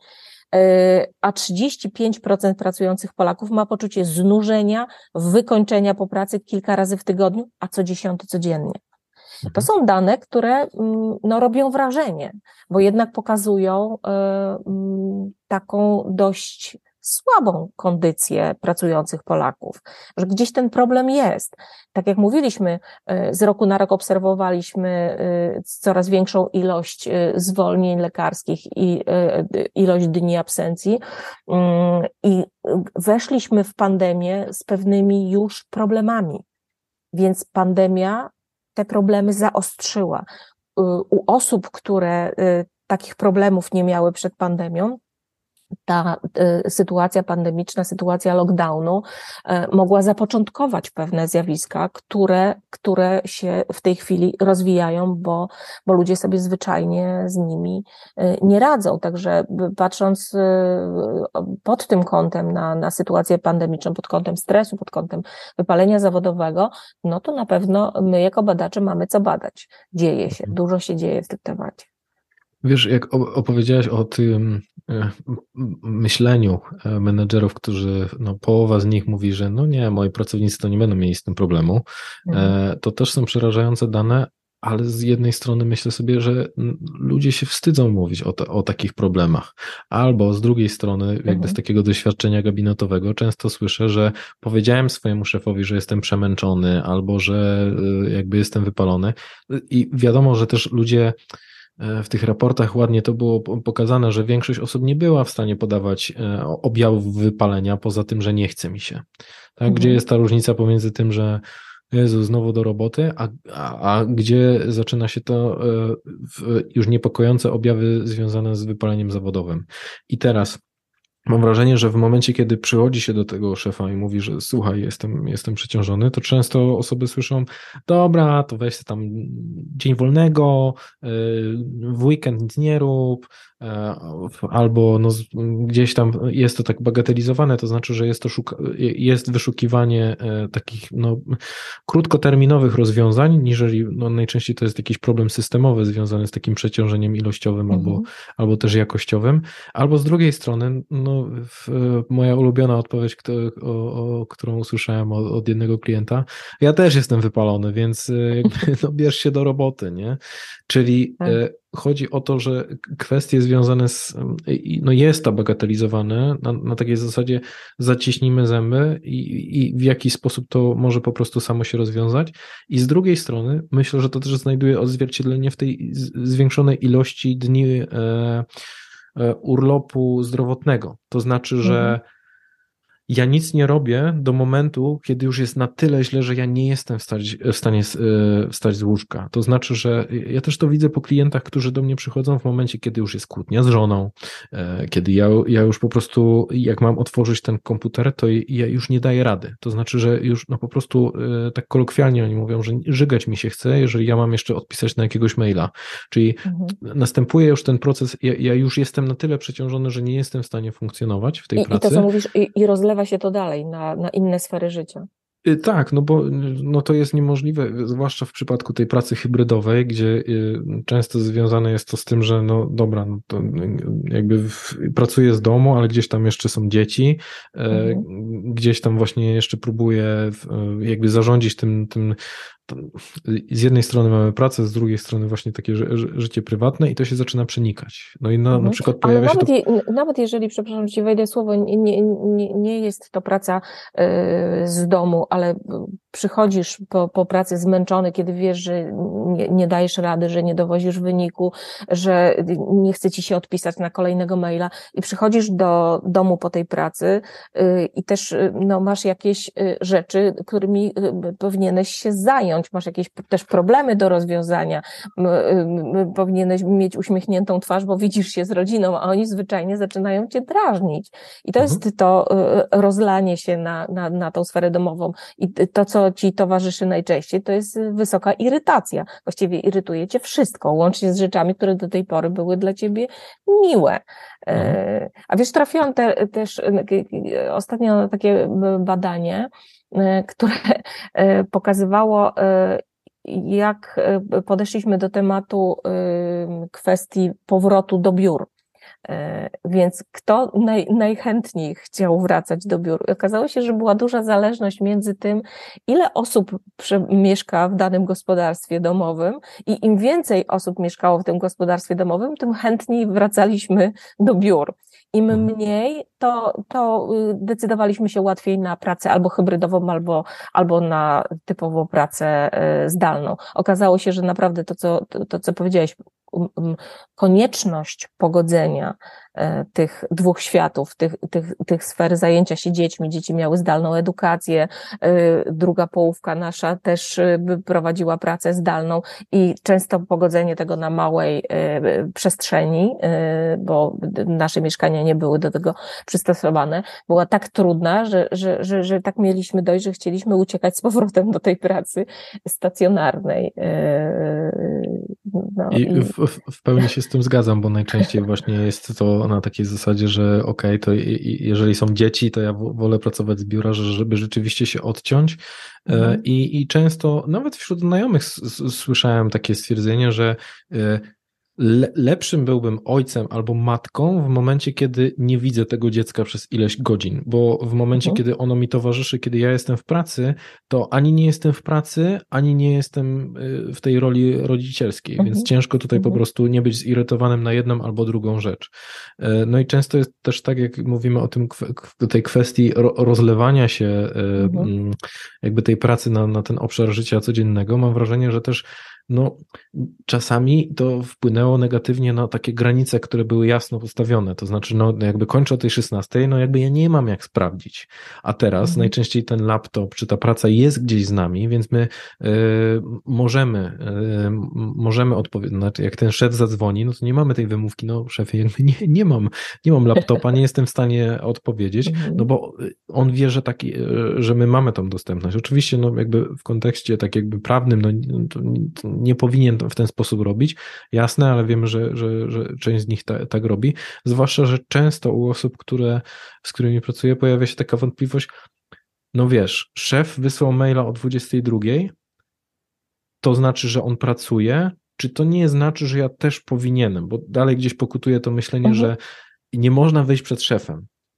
a trzydzieści pięć procent pracujących Polaków ma poczucie znużenia, wykończenia po pracy kilka razy w tygodniu, a co dziesiąty codziennie. To są dane, które no, robią wrażenie, bo jednak pokazują y, taką dość słabą kondycję pracujących Polaków, że gdzieś ten problem jest. Tak jak mówiliśmy, z roku na rok obserwowaliśmy coraz większą ilość zwolnień lekarskich i ilość dni absencji i weszliśmy w pandemię z pewnymi już problemami, więc pandemia te problemy zaostrzyła. U osób, które takich problemów nie miały przed pandemią, ta y, sytuacja pandemiczna, sytuacja lockdownu y, mogła zapoczątkować pewne zjawiska, które, które się w tej chwili rozwijają, bo, bo ludzie sobie zwyczajnie z nimi y, nie radzą. Także patrząc y, pod tym kątem na, na sytuację pandemiczną, pod kątem stresu, pod kątem wypalenia zawodowego, no to na pewno my jako badacze mamy co badać. Dzieje się, dużo się dzieje w tym temacie.
Wiesz, jak opowiedziałaś o tym myśleniu menedżerów, którzy, no połowa z nich mówi, że no nie, moi pracownicy to nie będą mieli z tym problemu, mhm. to też są przerażające dane, ale z jednej strony myślę sobie, że ludzie się wstydzą mówić o, to, o takich problemach, albo z drugiej strony jakby mhm. z takiego doświadczenia gabinetowego często słyszę, że powiedziałem swojemu szefowi, że jestem przemęczony, albo że jakby jestem wypalony i wiadomo, że też ludzie w tych raportach ładnie to było pokazane, że większość osób nie była w stanie podawać objawów wypalenia, poza tym, że nie chce mi się. Tak? Mhm. Gdzie jest ta różnica pomiędzy tym, że Jezu, znowu do roboty, a, a, a gdzie zaczyna się to w już niepokojące objawy związane z wypaleniem zawodowym. I teraz mam wrażenie, że w momencie, kiedy przychodzi się do tego szefa i mówi, że słuchaj, jestem, jestem przeciążony, to często osoby słyszą, dobra, to weź tam dzień wolnego, w weekend nic nie rób, albo no, gdzieś tam jest to tak bagatelizowane, to znaczy, że jest to szuka, jest wyszukiwanie takich no, krótkoterminowych rozwiązań, niżeli no, najczęściej to jest jakiś problem systemowy związany z takim przeciążeniem ilościowym mhm. albo, albo też jakościowym, albo z drugiej strony no, no, w, moja ulubiona odpowiedź, kto, o, o, którą usłyszałem od, od jednego klienta, ja też jestem wypalony, więc jakby, no, bierz się do roboty, nie? Czyli
Tak.
chodzi o to, że kwestie związane z, no jest to bagatelizowane na, na takiej zasadzie zaciśnijmy zęby i, i w jaki sposób to może po prostu samo się rozwiązać. I z drugiej strony myślę, że to też znajduje odzwierciedlenie w tej zwiększonej ilości dni e, e, urlopu zdrowotnego. To znaczy, że
Mhm.
ja nic nie robię do momentu, kiedy już jest na tyle źle, że ja nie jestem wstać, w stanie wstać z łóżka. To znaczy, że ja też to widzę po klientach, którzy do mnie przychodzą w momencie, kiedy już jest kłótnia z żoną, kiedy ja, ja już po prostu, jak mam otworzyć ten komputer, to ja już nie daję rady. To znaczy, że już no po prostu tak kolokwialnie oni mówią, że żygać mi się chce, jeżeli ja mam jeszcze odpisać na jakiegoś maila. Czyli mhm. następuje już ten proces, ja, ja już jestem na tyle przeciążony, że nie jestem w stanie funkcjonować w tej
I,
pracy.
I to, co mówisz, i, i rozlewa się to dalej na, na inne sfery życia.
Tak, no bo no to jest niemożliwe, zwłaszcza w przypadku tej pracy hybrydowej, gdzie często związane jest to z tym, że no dobra, no to jakby w, pracuję z domu, ale gdzieś tam jeszcze są dzieci, mhm. gdzieś tam właśnie jeszcze próbuję jakby zarządzić tym, tym z jednej strony mamy pracę, z drugiej strony właśnie takie ży, życie prywatne i to się zaczyna przenikać. No i na, mhm. na przykład pojawia
Ale
się
nawet,
to...
je, nawet jeżeli, przepraszam, ci wejdę słowo, nie, nie, nie, nie jest to praca y, z domu, ale przychodzisz po, po pracy zmęczony, kiedy wiesz, że nie, nie dajesz rady, że nie dowozisz wyniku, że nie chce ci się odpisać na kolejnego maila i przychodzisz do domu po tej pracy y, i też y, no, masz jakieś y, rzeczy, którymi y, powinieneś się zająć. Masz jakieś też problemy do rozwiązania, powinieneś mieć uśmiechniętą twarz, bo widzisz się z rodziną, a oni zwyczajnie zaczynają cię drażnić. I to mhm. jest to rozlanie się na, na, na tą sferę domową. I to, co ci towarzyszy najczęściej, to jest wysoka irytacja. Właściwie irytuje cię wszystko, łącznie z rzeczami, które do tej pory były dla ciebie miłe. Mhm. A wiesz, trafiłam te, też ostatnio na takie badanie, które pokazywało, jak podeszliśmy do tematu kwestii powrotu do biur. Więc kto naj, najchętniej chciał wracać do biur? Okazało się, że była duża zależność między tym, ile osób mieszka w danym gospodarstwie domowym i im więcej osób mieszkało w tym gospodarstwie domowym, tym chętniej wracaliśmy do biur. Im mniej, to, to decydowaliśmy się łatwiej na pracę albo hybrydową, albo, albo na typową pracę zdalną. Okazało się, że naprawdę to, co, to, to, co powiedziałeś, konieczność pogodzenia tych dwóch światów, tych, tych, tych sfer zajęcia się dziećmi. Dzieci miały zdalną edukację, druga połówka nasza też prowadziła pracę zdalną i często pogodzenie tego na małej przestrzeni, bo nasze mieszkania nie były do tego przystosowane, była tak trudna, że, że, że, że tak mieliśmy dojść, że chcieliśmy uciekać z powrotem do tej pracy stacjonarnej. No,
I w, w pełni się z tym zgadzam, bo najczęściej właśnie jest to na takiej zasadzie, że okej, okay, to jeżeli są dzieci, to ja wolę pracować z biura, żeby rzeczywiście się odciąć. Mhm. I, i często nawet wśród znajomych słyszałem takie stwierdzenie, że Le, lepszym byłbym ojcem albo matką w momencie, kiedy nie widzę tego dziecka przez ileś godzin, bo w momencie, mhm. kiedy ono mi towarzyszy, kiedy ja jestem w pracy, to ani nie jestem w pracy, ani nie jestem w tej roli rodzicielskiej, mhm. więc ciężko tutaj mhm. po prostu nie być zirytowanym na jedną albo drugą rzecz. No i często jest też tak, jak mówimy o tym, tej kwestii rozlewania się mhm. jakby tej pracy na, na ten obszar życia codziennego, mam wrażenie, że też no, czasami to wpłynęło negatywnie na takie granice, które były jasno postawione, to znaczy, no, jakby kończę o tej szesnastej, no jakby ja nie mam jak sprawdzić, a teraz mhm. najczęściej ten laptop, czy ta praca jest gdzieś z nami, więc my y, możemy y, możemy odpowiedzieć, znaczy jak ten szef zadzwoni, no to nie mamy tej wymówki, no szefie, jakby nie, nie mam, nie mam laptopa, nie jestem w stanie odpowiedzieć, mhm. no bo on wie, że taki, że my mamy tą dostępność. Oczywiście, no jakby w kontekście tak jakby prawnym, no to, to nie powinien w ten sposób robić, jasne, ale wiemy, że, że, że część z nich ta, tak robi, zwłaszcza, że często u osób, które, z którymi pracuję, pojawia się taka wątpliwość, no wiesz, szef wysłał maila o dwudziestej drugiej, to znaczy, że on pracuje, czy to nie znaczy, że ja też powinienem, bo dalej gdzieś pokutuje to myślenie, mhm. że nie można wyjść przed szefem.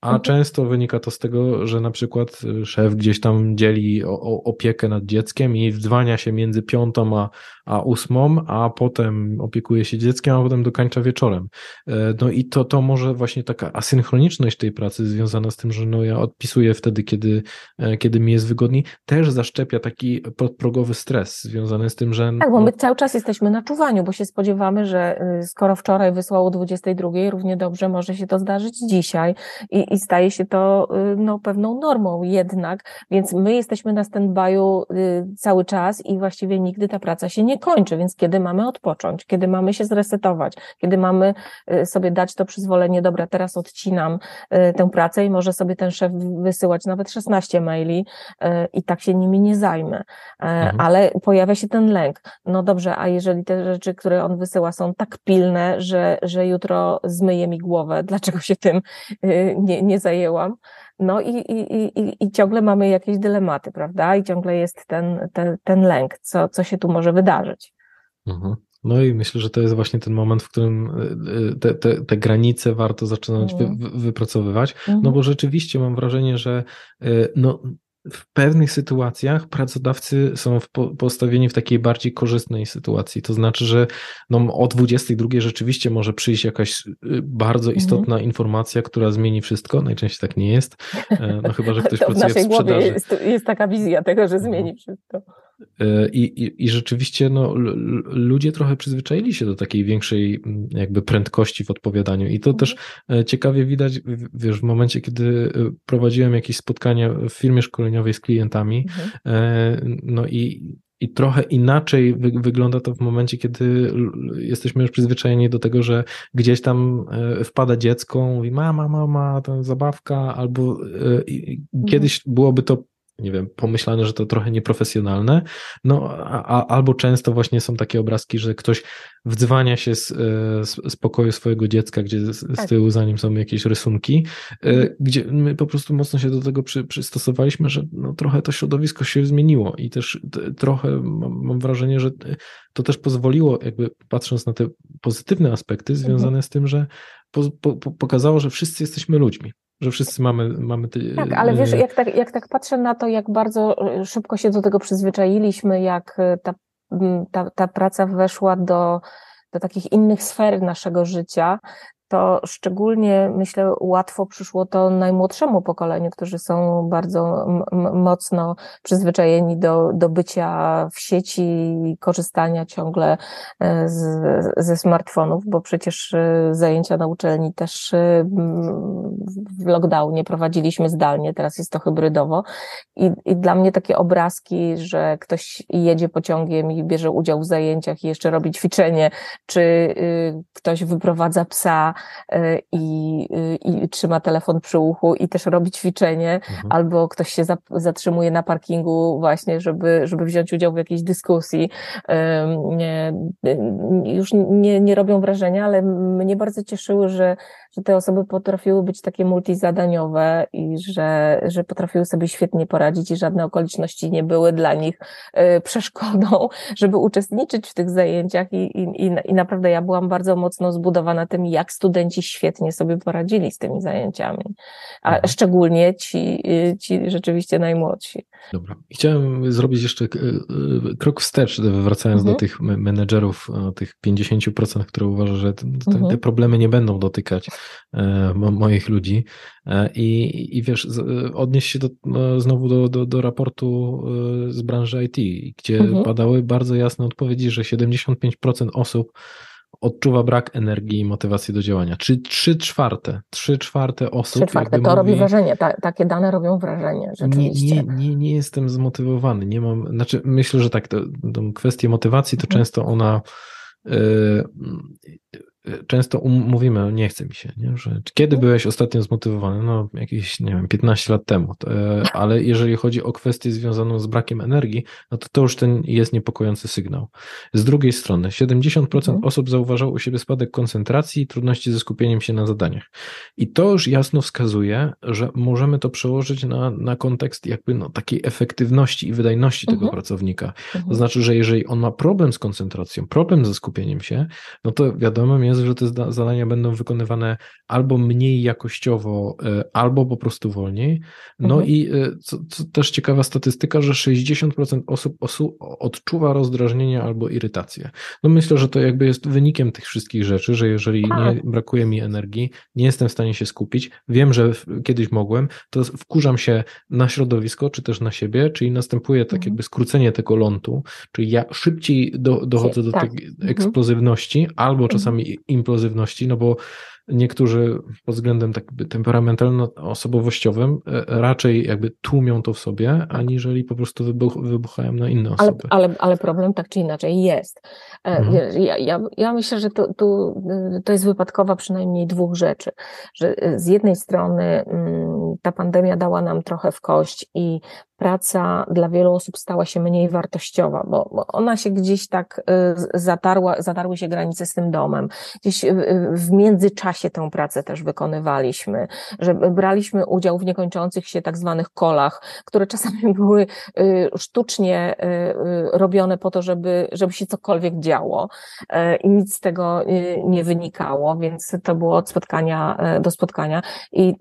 A
Mhm.
często wynika to z tego, że na przykład szef gdzieś tam dzieli o, o opiekę nad dzieckiem i wdzwania się między piątą a, a ósmą, a potem opiekuje się dzieckiem, a potem dokańcza wieczorem. No i to, to może właśnie taka asynchroniczność tej pracy związana z tym, że no ja odpisuję wtedy, kiedy, kiedy mi jest wygodniej, też zaszczepia taki podprogowy stres związany z tym, że...
Tak, bo
no,
my cały czas jesteśmy na czuwaniu, bo się spodziewamy, że y, skoro wczoraj wysłało o dwudziestej drugiej, równie dobrze może się to zdarzyć dzisiaj i, i staje się to y, no, pewną normą jednak, więc my jesteśmy na stand-by'u y, cały czas i właściwie nigdy ta praca się nie kończy, więc kiedy mamy odpocząć, kiedy mamy się zresetować, kiedy mamy y, sobie dać to przyzwolenie, dobra, teraz odcinam y, tę pracę i może sobie ten szef wysyłać nawet szesnaście maili y, i tak się nimi nie zajmę, y,
Mhm.
ale pojawia się ten lęk. No dobrze, a jeżeli te rzeczy, które on wysyła, są tak pilne, że, że jutro zmyje mi głowę, dlaczego się tym y, nie, nie zajęłam? No i, i, i, i ciągle mamy jakieś dylematy, prawda? I ciągle jest ten, ten, ten lęk, co, co się tu może wydarzyć.
Mhm. No i myślę, że to jest właśnie ten moment, w którym te, te, te granice warto zaczynać wy, wy, wypracowywać, no
Mhm.
bo rzeczywiście mam wrażenie, że no, w pewnych sytuacjach pracodawcy są w po, postawieni w takiej bardziej korzystnej sytuacji, to znaczy, że no, o dwudziestej drugiej rzeczywiście może przyjść jakaś bardzo istotna
Mhm.
informacja, która zmieni wszystko, najczęściej tak nie jest, no chyba, że ktoś
to w
pracuje w
naszej głowie
sprzedaży.
jest, jest taka wizja tego, że zmieni
Mhm.
wszystko.
I, i, I rzeczywiście no, l, ludzie trochę przyzwyczaili się do takiej większej jakby prędkości w odpowiadaniu i to
Mhm.
też ciekawie widać, wiesz, w momencie, kiedy prowadziłem jakieś spotkania w firmie szkoleniowej z klientami,
Mhm.
no i I trochę inaczej wy, wygląda to w momencie, kiedy jesteśmy już przyzwyczajeni do tego, że gdzieś tam wpada dziecko, mówi mama, mama, to zabawka, albo mhm. kiedyś byłoby to, nie wiem, pomyślane, że to trochę nieprofesjonalne, no a, a, albo często właśnie są takie obrazki, że ktoś wdzwania się z, z, z pokoju swojego dziecka, gdzie z, z tyłu za nim są jakieś rysunki, mhm. gdzie my po prostu mocno się do tego przy, przystosowaliśmy, że no, trochę to środowisko się zmieniło i też t, trochę mam, mam wrażenie, że to też pozwoliło, jakby patrząc na te pozytywne aspekty związane mhm. z tym, że po, po, pokazało, że wszyscy jesteśmy ludźmi. Że wszyscy mamy, mamy te...
Tak, ale wiesz, jak tak, jak tak patrzę na to, jak bardzo szybko się do tego przyzwyczailiśmy, jak ta, ta, ta praca weszła do, do takich innych sfer naszego życia, to szczególnie, myślę, łatwo przyszło to najmłodszemu pokoleniu, którzy są bardzo m- mocno przyzwyczajeni do, do bycia w sieci i korzystania ciągle z, ze smartfonów, bo przecież zajęcia na uczelni też w lockdownie prowadziliśmy zdalnie, teraz jest to hybrydowo i, i dla mnie takie obrazki, że ktoś jedzie pociągiem i bierze udział w zajęciach i jeszcze robi ćwiczenie, czy y, ktoś wyprowadza psa, I, i trzyma telefon przy uchu i też robi ćwiczenie, mhm. albo ktoś się zatrzymuje na parkingu właśnie, żeby, żeby wziąć udział w jakiejś dyskusji. Nie, już nie, nie robią wrażenia, ale mnie bardzo cieszyły, że, że te osoby potrafiły być takie multizadaniowe i że, że potrafiły sobie świetnie poradzić i żadne okoliczności nie były dla nich przeszkodą, żeby uczestniczyć w tych zajęciach i, i, i naprawdę ja byłam bardzo mocno zbudowana tym, jak studenci świetnie sobie poradzili z tymi zajęciami, a mhm. szczególnie ci, ci rzeczywiście najmłodsi.
Dobra. Chciałem zrobić jeszcze krok wstecz, wracając mhm. do tych menedżerów, tych pięćdziesiąt procent, które uważa, że te, mhm. te problemy nie będą dotykać mo, moich ludzi. I, i wiesz, odnieść się do, znowu do, do, do raportu z branży I T, gdzie mhm. padały bardzo jasne odpowiedzi, że siedemdziesiąt pięć procent osób odczuwa brak energii i motywacji do działania. Czy trzy czwarte, trzy czwarte osób...
Trzy czwarte, to mówi, robi wrażenie, Ta, takie dane robią wrażenie, rzeczywiście.
Nie, nie, nie, nie jestem zmotywowany, nie mam, znaczy myślę, że tak, to, tą kwestię motywacji to mhm. często ona... Yy, Często um, mówimy, nie chce mi się, nie? Że kiedy byłeś ostatnio zmotywowany? No jakieś, nie wiem, piętnaście lat temu, to, ale jeżeli chodzi o kwestię związaną z brakiem energii, no to to już ten jest niepokojący sygnał. Z drugiej strony siedemdziesiąt procent mhm. osób zauważało u siebie spadek koncentracji i trudności ze skupieniem się na zadaniach. I to już jasno wskazuje, że możemy to przełożyć na, na kontekst jakby no, takiej efektywności i wydajności mhm. tego pracownika. Mhm. To znaczy, że jeżeli on ma problem z koncentracją, problem ze skupieniem się, no to wiadomo jest, jest, że te zda- zadania będą wykonywane albo mniej jakościowo, y, albo po prostu wolniej. No
Mhm.
i y, co, co też ciekawa statystyka, że sześćdziesiąt procent osób osu- odczuwa rozdrażnienie albo irytację. No myślę, że to jakby jest wynikiem tych wszystkich rzeczy, że jeżeli
Tak.
nie brakuje mi energii, nie jestem w stanie się skupić, wiem, że w- kiedyś mogłem, to wkurzam się na środowisko, czy też na siebie, czyli następuje tak
Mhm.
jakby skrócenie tego lądu, czyli ja szybciej do, dochodzę do
Tak.
tej
Mhm.
eksplozywności albo
Mhm.
czasami implozywności, no bo niektórzy pod względem tak jakby temperamentalno-osobowościowym e, raczej jakby tłumią to w sobie, aniżeli po prostu wybuch, wybuchają na inne
Ale,
osoby.
ale, ale problem tak czy inaczej jest. E,
Mhm.
wiesz, ja, ja, ja myślę, że to, to, to jest wypadkowa przynajmniej dwóch rzeczy. Że z jednej strony mm, ta pandemia dała nam trochę w kość i praca dla wielu osób stała się mniej wartościowa, bo, bo ona się gdzieś tak y, zatarła, zatarły się granice z tym domem. Gdzieś y, w międzyczasie tę pracę też wykonywaliśmy, że braliśmy udział w niekończących się tak zwanych kolach, które czasami były y, sztucznie y, y, robione po to, żeby, żeby się cokolwiek działo y, i nic z tego y, nie wynikało, więc to było od spotkania y, do spotkania i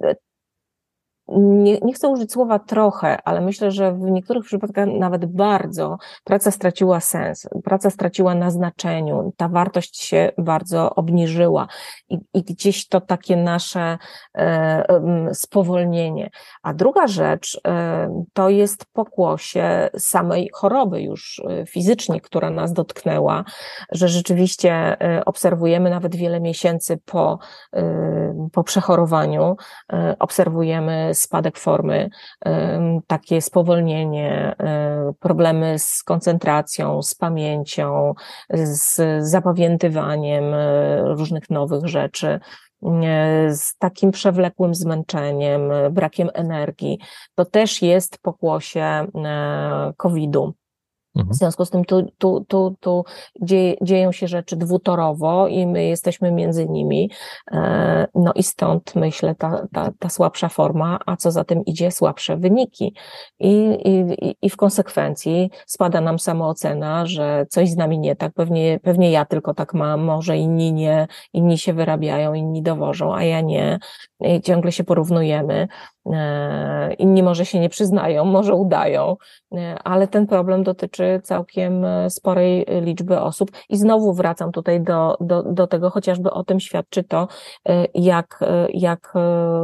Nie, nie chcę użyć słowa trochę, ale myślę, że w niektórych przypadkach nawet bardzo praca straciła sens, praca straciła na znaczeniu, ta wartość się bardzo obniżyła i, i gdzieś to takie nasze e, spowolnienie. A druga rzecz e, to jest pokłosie samej choroby już fizycznie, która nas dotknęła, że rzeczywiście e, obserwujemy nawet wiele miesięcy po, e, po przechorowaniu, e, obserwujemy spadek formy, takie spowolnienie, problemy z koncentracją, z pamięcią, z zapamiętywaniem różnych nowych rzeczy, z takim przewlekłym zmęczeniem, brakiem energii. To też jest pokłosie kowida. W związku z tym tu, tu, tu, tu dzieje, dzieją się rzeczy dwutorowo i my jesteśmy między nimi. No i stąd myślę ta, ta, ta słabsza forma, a co za tym idzie słabsze wyniki. I, i, i w konsekwencji spada nam samoocena, że coś z nami nie tak, pewnie, pewnie ja tylko tak mam, może inni nie, inni się wyrabiają, inni dowożą, a ja nie. I ciągle się porównujemy. Inni może się nie przyznają, może udają, ale ten problem dotyczy całkiem sporej liczby osób i znowu wracam tutaj do, do, do tego, chociażby o tym świadczy to, jak, jak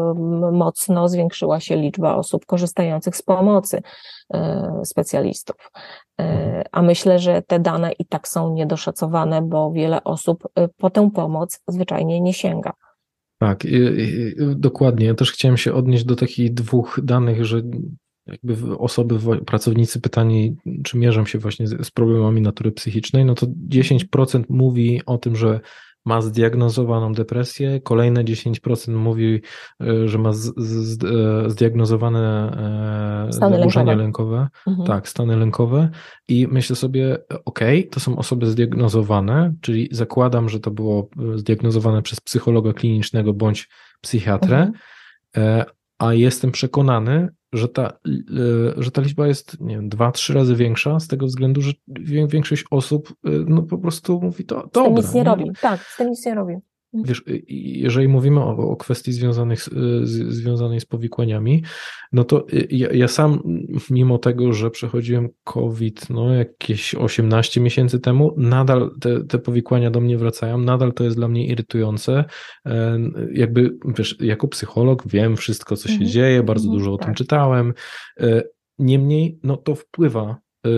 mocno zwiększyła się liczba osób korzystających z pomocy specjalistów. A myślę, że te dane i tak są niedoszacowane, bo wiele osób po tę pomoc zwyczajnie nie sięga.
Tak, i, i, dokładnie. Ja też chciałem się odnieść do takich dwóch danych, że jakby osoby, pracownicy pytani, czy mierzą się właśnie z, z problemami natury psychicznej, no to dziesięć procent mówi o tym, że ma zdiagnozowaną depresję, kolejne dziesięć procent mówi, że ma z, z, zdiagnozowane
stany
zaburzenia
lękowe.
lękowe,
Mhm.
tak, stany lękowe i myślę sobie, okej, okay, to są osoby zdiagnozowane, czyli zakładam, że to było zdiagnozowane przez psychologa klinicznego bądź psychiatrę, mhm. a jestem przekonany, że ta, że ta liczba jest, nie wiem, dwa, trzy razy większa z tego względu, że większość osób no po prostu mówi to dobra.
Z tym nic nie,
nie
robi, tak, z tym nic nie robi.
Wiesz, jeżeli mówimy o, o kwestii związanych z, z, związanej z powikłaniami, no to ja, ja sam, mimo tego, że przechodziłem COVID no jakieś osiemnaście miesięcy temu, nadal te, te powikłania do mnie wracają, nadal to jest dla mnie irytujące. Jakby, wiesz, jako psycholog wiem wszystko, co się mhm. dzieje, bardzo mhm, dużo o tak. tym czytałem. Niemniej, no to wpływa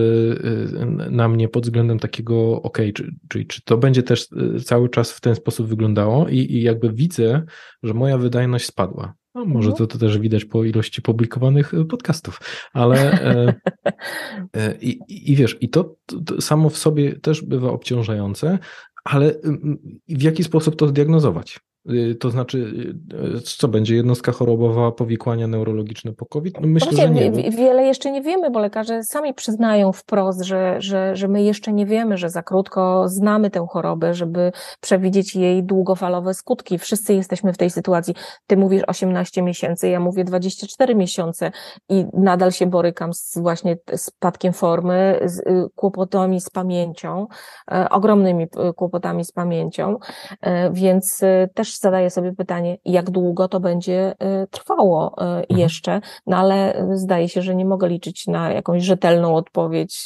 na mnie pod względem takiego, ok, czy, czyli czy to będzie też cały czas w ten sposób wyglądało i, i jakby widzę, że moja wydajność spadła. No, może mhm. to, to też widać po ilości publikowanych podcastów, ale i, i wiesz, i to, to samo w sobie też bywa obciążające, ale w jaki sposób to zdiagnozować? To znaczy, co będzie jednostka chorobowa, powikłania neurologiczne po COVID? No myślę,
Właściwie
że nie.
Wiele jeszcze nie wiemy, bo lekarze sami przyznają wprost, że, że, że my jeszcze nie wiemy, że za krótko znamy tę chorobę, żeby przewidzieć jej długofalowe skutki. Wszyscy jesteśmy w tej sytuacji. Ty mówisz osiemnaście miesięcy, ja mówię dwadzieścia cztery miesiące i nadal się borykam z właśnie spadkiem formy, z kłopotami z pamięcią, ogromnymi kłopotami z pamięcią, więc też zadaję sobie pytanie, jak długo to będzie trwało jeszcze, mhm. no ale zdaje się, że nie mogę liczyć na jakąś rzetelną odpowiedź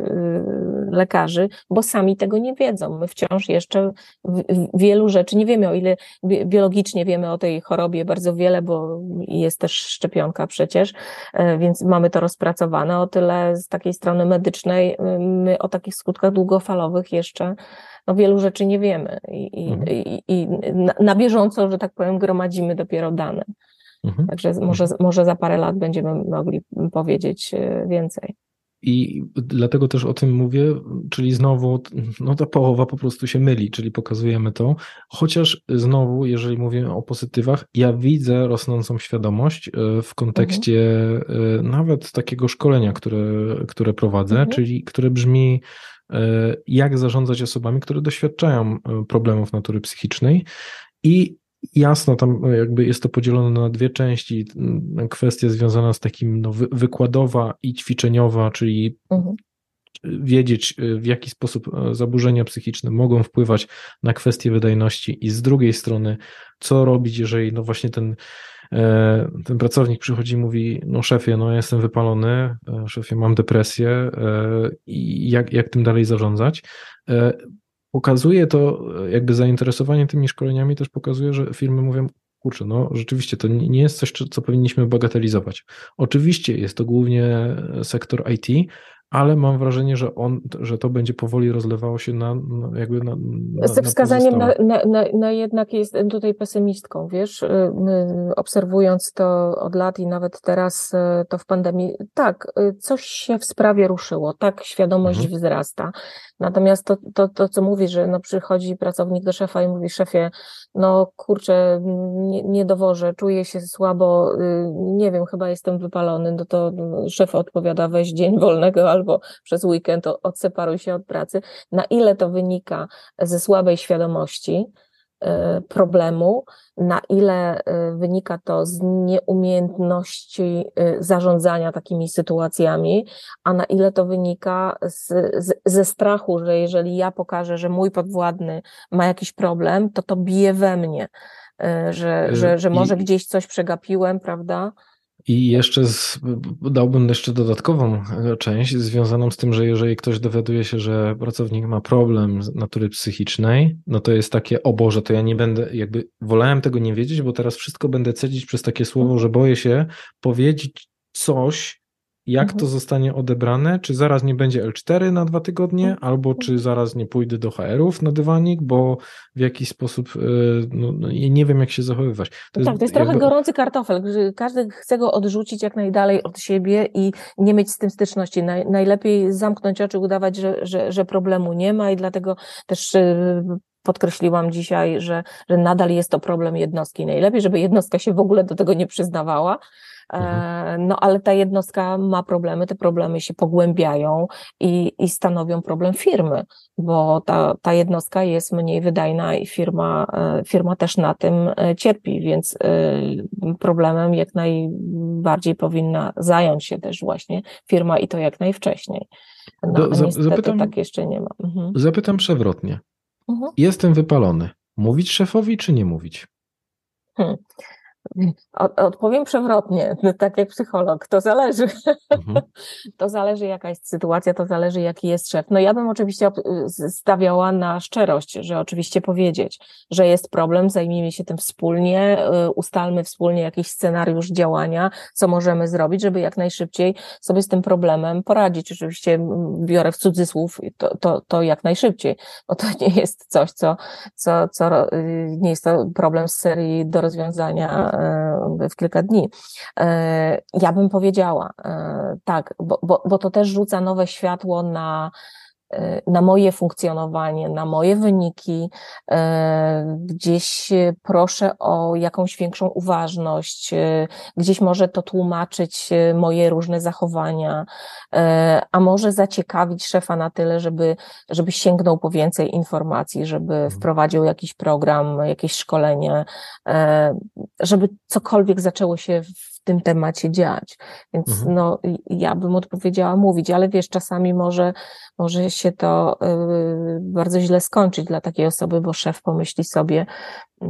lekarzy, bo sami tego nie wiedzą. My wciąż jeszcze wielu rzeczy nie wiemy, o ile biologicznie wiemy o tej chorobie bardzo wiele, bo jest też szczepionka przecież, więc mamy to rozpracowane, o tyle z takiej strony medycznej my o takich skutkach długofalowych jeszcze no wielu rzeczy nie wiemy i, mhm. i, i na, na bieżąco, że tak powiem, gromadzimy dopiero dane. Mhm. Także może, może za parę lat będziemy mogli powiedzieć więcej.
I dlatego też o tym mówię, czyli znowu no ta połowa po prostu się myli, czyli pokazujemy to, chociaż znowu, jeżeli mówimy o pozytywach, ja widzę rosnącą świadomość w kontekście mhm. nawet takiego szkolenia, które, które prowadzę, mhm. czyli które brzmi jak zarządzać osobami, które doświadczają problemów natury psychicznej i jasno, tam jakby jest to podzielone na dwie części. Kwestia związana z takim no, wykładowa i ćwiczeniowa, czyli mhm. wiedzieć, w jaki sposób zaburzenia psychiczne mogą wpływać na kwestie wydajności i z drugiej strony, co robić, jeżeli no właśnie ten, ten pracownik przychodzi i mówi, no szefie, no ja jestem wypalony, szefie, mam depresję i jak, jak tym dalej zarządzać. Pokazuje to, jakby zainteresowanie tymi szkoleniami też pokazuje, że firmy mówią, kurczę, no rzeczywiście to nie jest coś, co powinniśmy bagatelizować. Oczywiście jest to głównie sektor I T, ale mam wrażenie, że on, że to będzie powoli rozlewało się na, na jakby na, na
Z wskazaniem na, na, na, na jednak jestem tutaj pesymistką, wiesz, obserwując to od lat i nawet teraz to w pandemii, tak, coś się w sprawie ruszyło, tak, świadomość mhm. wzrasta. Natomiast to, to, to, co mówi, że no przychodzi pracownik do szefa i mówi, szefie, no kurczę, nie, nie dowożę, czuję się słabo, nie wiem, chyba jestem wypalony, no to szef odpowiada, weź dzień wolnego albo przez weekend odseparuj się od pracy. Na ile to wynika ze słabej świadomości problemu, na ile wynika to z nieumiejętności zarządzania takimi sytuacjami, a na ile to wynika z, z, ze strachu, że jeżeli ja pokażę, że mój podwładny ma jakiś problem, to to bije we mnie, że, że, że może I... gdzieś coś przegapiłem, prawda?
I jeszcze z, dałbym jeszcze dodatkową część związaną z tym, że jeżeli ktoś dowiaduje się, że pracownik ma problem z natury psychicznej, no to jest takie, o Boże, to ja nie będę, jakby wolałem tego nie wiedzieć, bo teraz wszystko będę cedzić przez takie słowo, że boję się powiedzieć coś, jak mhm. to zostanie odebrane, czy zaraz nie będzie L cztery na dwa tygodnie, mhm. albo czy zaraz nie pójdę do H R-ów na dywanik, bo w jakiś sposób no, no, nie wiem, jak się zachowywać. To
no
jest,
tak, to jest
jakby...
trochę gorący kartofel, że każdy chce go odrzucić jak najdalej od siebie i nie mieć z tym styczności. Naj, najlepiej zamknąć oczy, udawać, że, że, że problemu nie ma i dlatego też podkreśliłam dzisiaj, że, że nadal jest to problem jednostki. Najlepiej, żeby jednostka się w ogóle do tego nie przyznawała. No ale ta jednostka ma problemy, te problemy się pogłębiają i, i stanowią problem firmy, bo ta, ta jednostka jest mniej wydajna i firma, firma też na tym cierpi, więc problemem jak najbardziej powinna zająć się też właśnie firma i to jak najwcześniej. No, Do, a niestety zapytam, tak jeszcze nie ma. Mhm.
Zapytam przewrotnie. Mhm. Jestem wypalony. Mówić szefowi czy nie mówić?
Hmm. Odpowiem przewrotnie, tak jak psycholog, to zależy. Mhm. To zależy jaka jest sytuacja, to zależy jaki jest szef. No ja bym oczywiście stawiała na szczerość, że oczywiście powiedzieć, że jest problem, zajmijmy się tym wspólnie, ustalmy wspólnie jakiś scenariusz działania, co możemy zrobić, żeby jak najszybciej sobie z tym problemem poradzić. Oczywiście biorę w cudzysłów to, to, to jak najszybciej, bo to nie jest coś, co, co, co nie jest to problem z serii do rozwiązania w kilka dni. Ja bym powiedziała tak, bo, bo, bo to też rzuca nowe światło na na moje funkcjonowanie, na moje wyniki, gdzieś proszę o jakąś większą uważność, gdzieś może to tłumaczyć moje różne zachowania, a może zaciekawić szefa na tyle, żeby, żeby sięgnął po więcej informacji, żeby wprowadził jakiś program, jakieś szkolenie, żeby cokolwiek zaczęło się w tym temacie dziać. Więc mhm. no, ja bym odpowiedziała mówić, ale wiesz, czasami może, może się to y, bardzo źle skończyć dla takiej osoby, bo szef pomyśli sobie, y,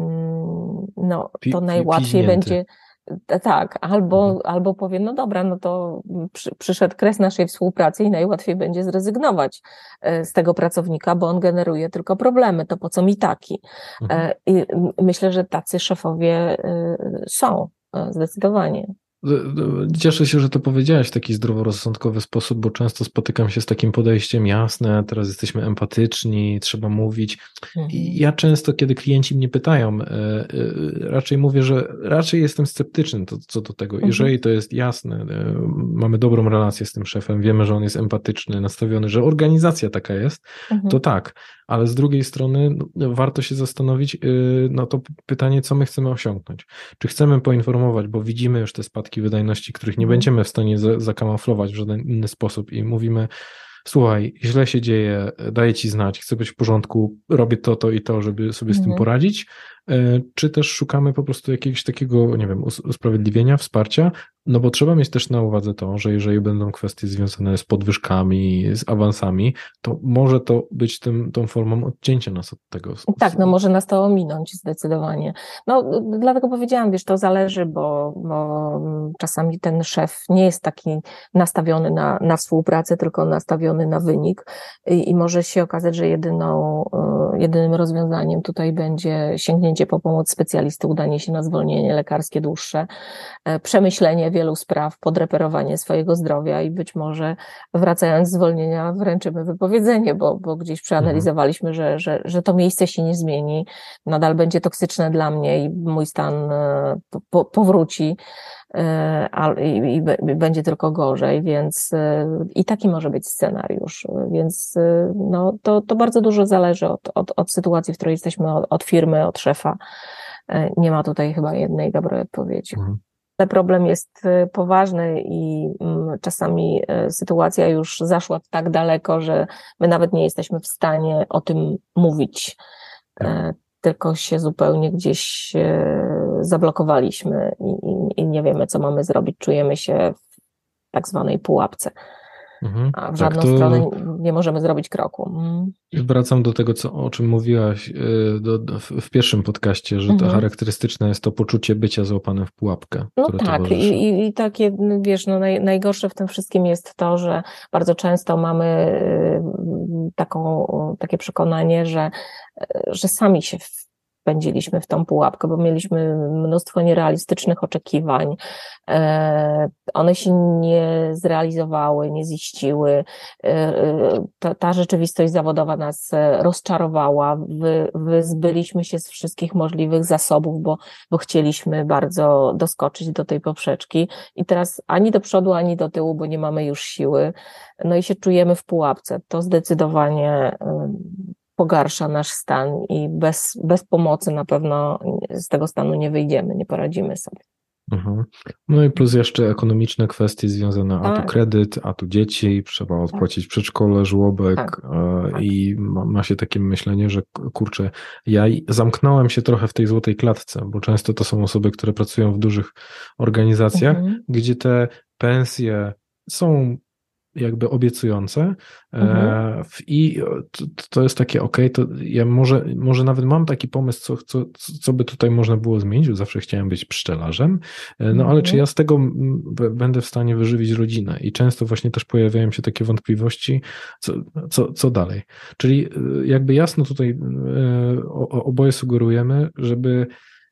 no to pi, najłatwiej pi, będzie, tak, albo, mhm. albo powie, no dobra, no to przy, przyszedł kres naszej współpracy i najłatwiej będzie zrezygnować z tego pracownika, bo on generuje tylko problemy, to po co mi taki? Mhm. I myślę, że tacy szefowie są, zdecydowanie.
Cieszę się, że to powiedziałeś w taki zdroworozsądkowy sposób, bo często spotykam się z takim podejściem, jasne, teraz jesteśmy empatyczni, trzeba mówić. I ja często, kiedy klienci mnie pytają, raczej mówię, że raczej jestem sceptyczny to, co do tego. Jeżeli to jest jasne, mamy dobrą relację z tym szefem, wiemy, że on jest empatyczny, nastawiony, że organizacja taka jest, to tak. Ale z drugiej strony no, warto się zastanowić, no to pytanie, co my chcemy osiągnąć. Czy chcemy poinformować, bo widzimy już te spadki wydajności, których nie będziemy w stanie za, zakamuflować w żaden inny sposób i mówimy, słuchaj, źle się dzieje, daję ci znać, chcę być w porządku, robię to, to i to, żeby sobie z tym poradzić, czy też szukamy po prostu jakiegoś takiego, nie wiem, usprawiedliwienia, wsparcia, no bo trzeba mieć też na uwadze to, że jeżeli będą kwestie związane z podwyżkami, z awansami, to może to być tym, tą formą odcięcia nas od tego.
Tak, no może nas to ominąć zdecydowanie. No dlatego powiedziałam, wiesz, to zależy, bo, bo czasami ten szef nie jest taki nastawiony na, na współpracę, tylko nastawiony na wynik i, i może się okazać, że jedyną, jedynym rozwiązaniem tutaj będzie sięgnięcie po pomoc specjalisty, udanie się na zwolnienie lekarskie dłuższe, przemyślenie wielu spraw, podreperowanie swojego zdrowia i być może wracając z zwolnienia wręczymy wypowiedzenie, bo, bo gdzieś przeanalizowaliśmy, że, że, że to miejsce się nie zmieni, nadal będzie toksyczne dla mnie i mój stan po, powróci i, i będzie tylko gorzej, więc i taki może być scenariusz, więc no, to, to bardzo dużo zależy od, od, od sytuacji, w której jesteśmy, od, od firmy, od szefa. Nie ma tutaj chyba jednej dobrej odpowiedzi. Mhm. Ale problem jest poważny i czasami sytuacja już zaszła tak daleko, że my nawet nie jesteśmy w stanie o tym mówić, tak. Tylko się zupełnie gdzieś zablokowaliśmy i, i, i nie wiemy, co mamy zrobić. Czujemy się w tak zwanej pułapce, mhm, a w żadną tak, to... stronę nie możemy zrobić kroku. Mhm.
Wracam do tego, co, o czym mówiłaś do, do, w pierwszym podcaście, że to mhm. charakterystyczne jest to poczucie bycia załapanym w pułapkę.
No tak, i, i, i takie, wiesz, no naj, najgorsze w tym wszystkim jest to, że bardzo często mamy taką, takie przekonanie, że, że sami się wpędziliśmy w tą pułapkę, bo mieliśmy mnóstwo nierealistycznych oczekiwań. One się nie zrealizowały, nie ziściły. Ta, ta rzeczywistość zawodowa nas rozczarowała. Wy, wyzbyliśmy się z wszystkich możliwych zasobów, bo, bo chcieliśmy bardzo doskoczyć do tej poprzeczki i teraz ani do przodu, ani do tyłu, bo nie mamy już siły. No i się czujemy w pułapce. To zdecydowanie pogarsza nasz stan i bez, bez pomocy na pewno z tego stanu nie wyjdziemy, nie poradzimy sobie.
Mhm. No i plus jeszcze ekonomiczne kwestie związane, tak. a tu kredyt, a tu dzieci, trzeba odpłacić tak. przedszkole, żłobek tak. i ma, ma się takie myślenie, że kurczę, ja zamknąłem się trochę w tej złotej klatce, bo często to są osoby, które pracują w dużych organizacjach, mhm. gdzie te pensje są jakby obiecujące mhm. i to, to jest takie okej, okay, to ja może, może nawet mam taki pomysł, co, co, co by tutaj można było zmienić, bo zawsze chciałem być pszczelarzem, no mhm. ale czy ja z tego będę w stanie wyżywić rodzinę i często właśnie też pojawiają się takie wątpliwości, co, co, co dalej, czyli jakby jasno tutaj oboje sugerujemy, żeby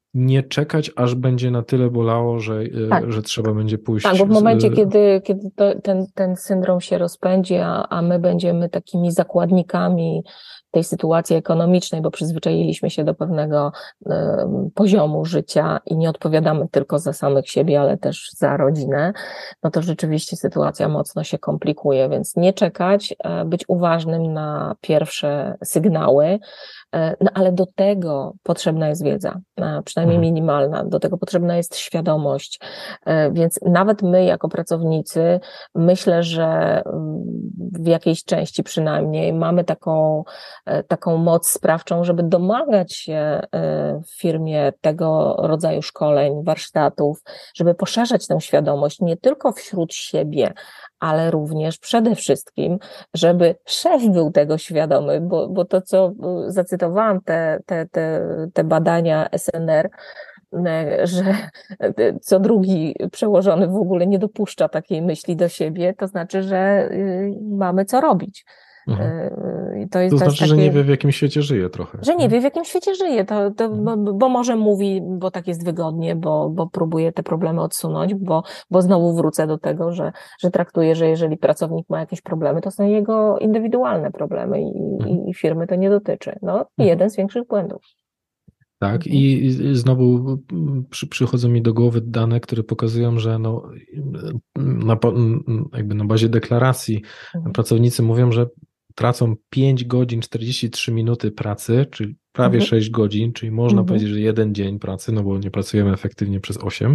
nie czekać, aż będzie na tyle bolało, że,
Tak.
że trzeba będzie pójść.
Tak, bo w momencie,
z...
kiedy, kiedy to, ten, ten syndrom się rozpędzi, a, a my będziemy takimi zakładnikami tej sytuacji ekonomicznej, bo przyzwyczailiśmy się do pewnego y, poziomu życia i nie odpowiadamy tylko za samych siebie, ale też za rodzinę, no to rzeczywiście sytuacja mocno się komplikuje, więc nie czekać, y, być uważnym na pierwsze sygnały, y, no ale do tego potrzebna jest wiedza, y, przynajmniej
Mhm.
minimalna, do tego potrzebna jest świadomość, y, więc nawet my jako pracownicy, myślę, że w jakiejś części przynajmniej mamy taką taką moc sprawczą, żeby domagać się w firmie tego rodzaju szkoleń, warsztatów, żeby poszerzać tę świadomość nie tylko wśród siebie, ale również przede wszystkim, żeby szef był tego świadomy, bo, bo to, co zacytowałam, te, te, te, te badania S N R, że co drugi przełożony w ogóle nie dopuszcza takiej myśli do siebie, to znaczy, że mamy co robić.
Mhm.
To, jest,
to,
to
znaczy,
jest takie,
że nie wie, w jakim świecie żyje trochę.
Że nie wie, w jakim świecie żyje, to, to, bo, bo może mówi, bo tak jest wygodnie, bo, bo próbuje te problemy odsunąć, bo, bo znowu wrócę do tego, że, że traktuje, że jeżeli pracownik ma jakieś problemy, to są jego indywidualne problemy i,
Mhm.
i, i firmy to nie dotyczy. No,
Mhm.
jeden z większych błędów.
Tak,
Mhm.
i znowu przy, przychodzą mi do głowy dane, które pokazują, że no, na, jakby na bazie deklaracji
Mhm.
pracownicy mówią, że tracą pięć godzin czterdzieści trzy minuty pracy, czyli prawie
Mhm.
sześć godzin, czyli można
Mhm.
powiedzieć, że jeden dzień pracy, no bo nie pracujemy efektywnie przez osiem.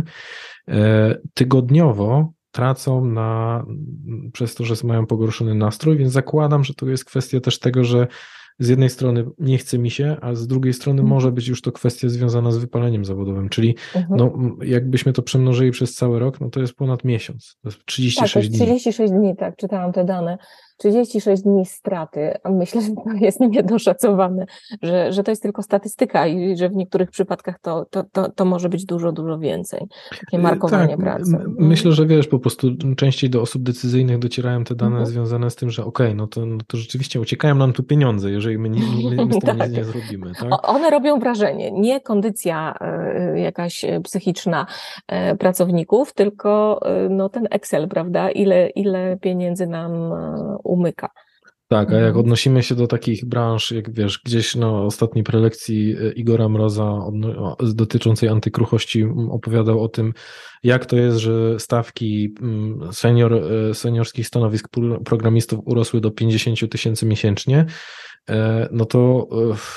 Tygodniowo tracą na, przez to, że mają pogorszony nastrój, więc zakładam, że to jest kwestia też tego, że z jednej strony nie chce mi się, a z drugiej strony
Mhm.
może być już to kwestia związana z wypaleniem zawodowym, czyli
Mhm.
no, jakbyśmy to przemnożyli przez cały rok, no to jest ponad miesiąc, to jest trzydzieści sześć
Tak, to jest
dni.
trzydzieści sześć dni, tak, czytałam te dane. trzydzieści sześć dni straty, a myślę, że to jest niedoszacowane, że, że to jest tylko statystyka i że w niektórych przypadkach to, to, to, to może być dużo, dużo więcej. Takie markowanie
tak,
pracy.
m- myślę, że wiesz, po prostu częściej do osób decyzyjnych docierają te dane
Mhm.
związane z tym, że okej, okay, no, to, no to rzeczywiście uciekają nam tu pieniądze, jeżeli my, nie, my, my z tym
Tak.
nic nie zrobimy. Tak?
O- One robią wrażenie, nie kondycja y, jakaś psychiczna y, pracowników, tylko y, no, ten Excel, prawda, ile, ile pieniędzy nam y, umyka.
Tak, a jak
Mhm.
odnosimy się do takich branż, jak wiesz, gdzieś na ostatniej prelekcji Igora Mroza odno- dotyczącej antykruchości opowiadał o tym, jak to jest, że stawki senior, seniorskich stanowisk programistów urosły do pięćdziesiąt tysięcy miesięcznie, no to,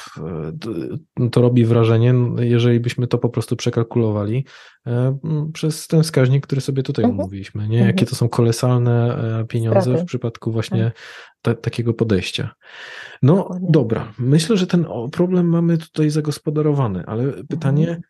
to robi wrażenie, jeżeli byśmy to po prostu przekalkulowali przez ten wskaźnik, który sobie tutaj
Mhm.
omówiliśmy, nie? Jakie to są kolosalne pieniądze
Straty.
w przypadku właśnie ta, takiego podejścia. No
Dokładnie.
dobra, myślę, że ten problem mamy tutaj zagospodarowany, ale pytanie,
Mhm.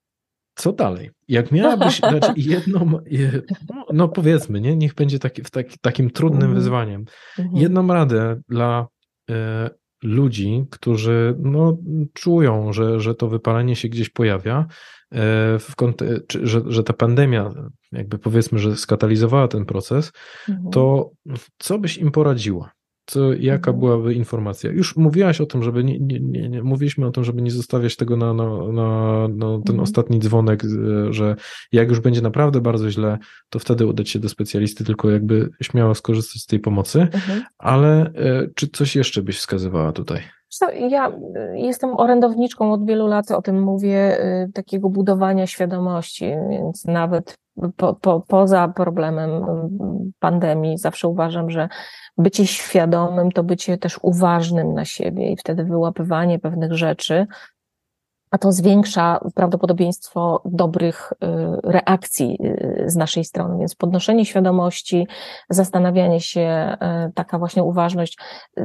co dalej? Jak miałabyś dać jedną, no powiedzmy, nie? Niech będzie taki, w taki, takim trudnym
Mhm.
wyzwaniem,
Mhm.
jedną radę dla e, ludzi, którzy no, czują, że, że to wypalenie się gdzieś pojawia, e, w konte- czy, że, że ta pandemia, jakby powiedzmy, że skatalizowała ten proces,
Mhm.
to co byś im poradziła? Co, jaka
Mhm.
byłaby informacja? Już mówiłaś o tym, żeby nie, nie, nie, nie mówiliśmy o tym, żeby nie zostawiać tego na, na, na, na ten
Mhm.
ostatni dzwonek, że jak już będzie naprawdę bardzo źle, to wtedy udać się do specjalisty, tylko jakby śmiało skorzystać z tej pomocy.
Mhm.
Ale e, czy coś jeszcze byś wskazywała tutaj?
Co, ja jestem orędowniczką od wielu lat, o tym mówię, y, takiego budowania świadomości, więc nawet po, po, poza problemem y, pandemii zawsze uważam, że bycie świadomym to bycie też uważnym na siebie i wtedy wyłapywanie pewnych rzeczy, a to zwiększa prawdopodobieństwo dobrych y, reakcji y, z naszej strony, więc podnoszenie świadomości, zastanawianie się, y, taka właśnie uważność, y,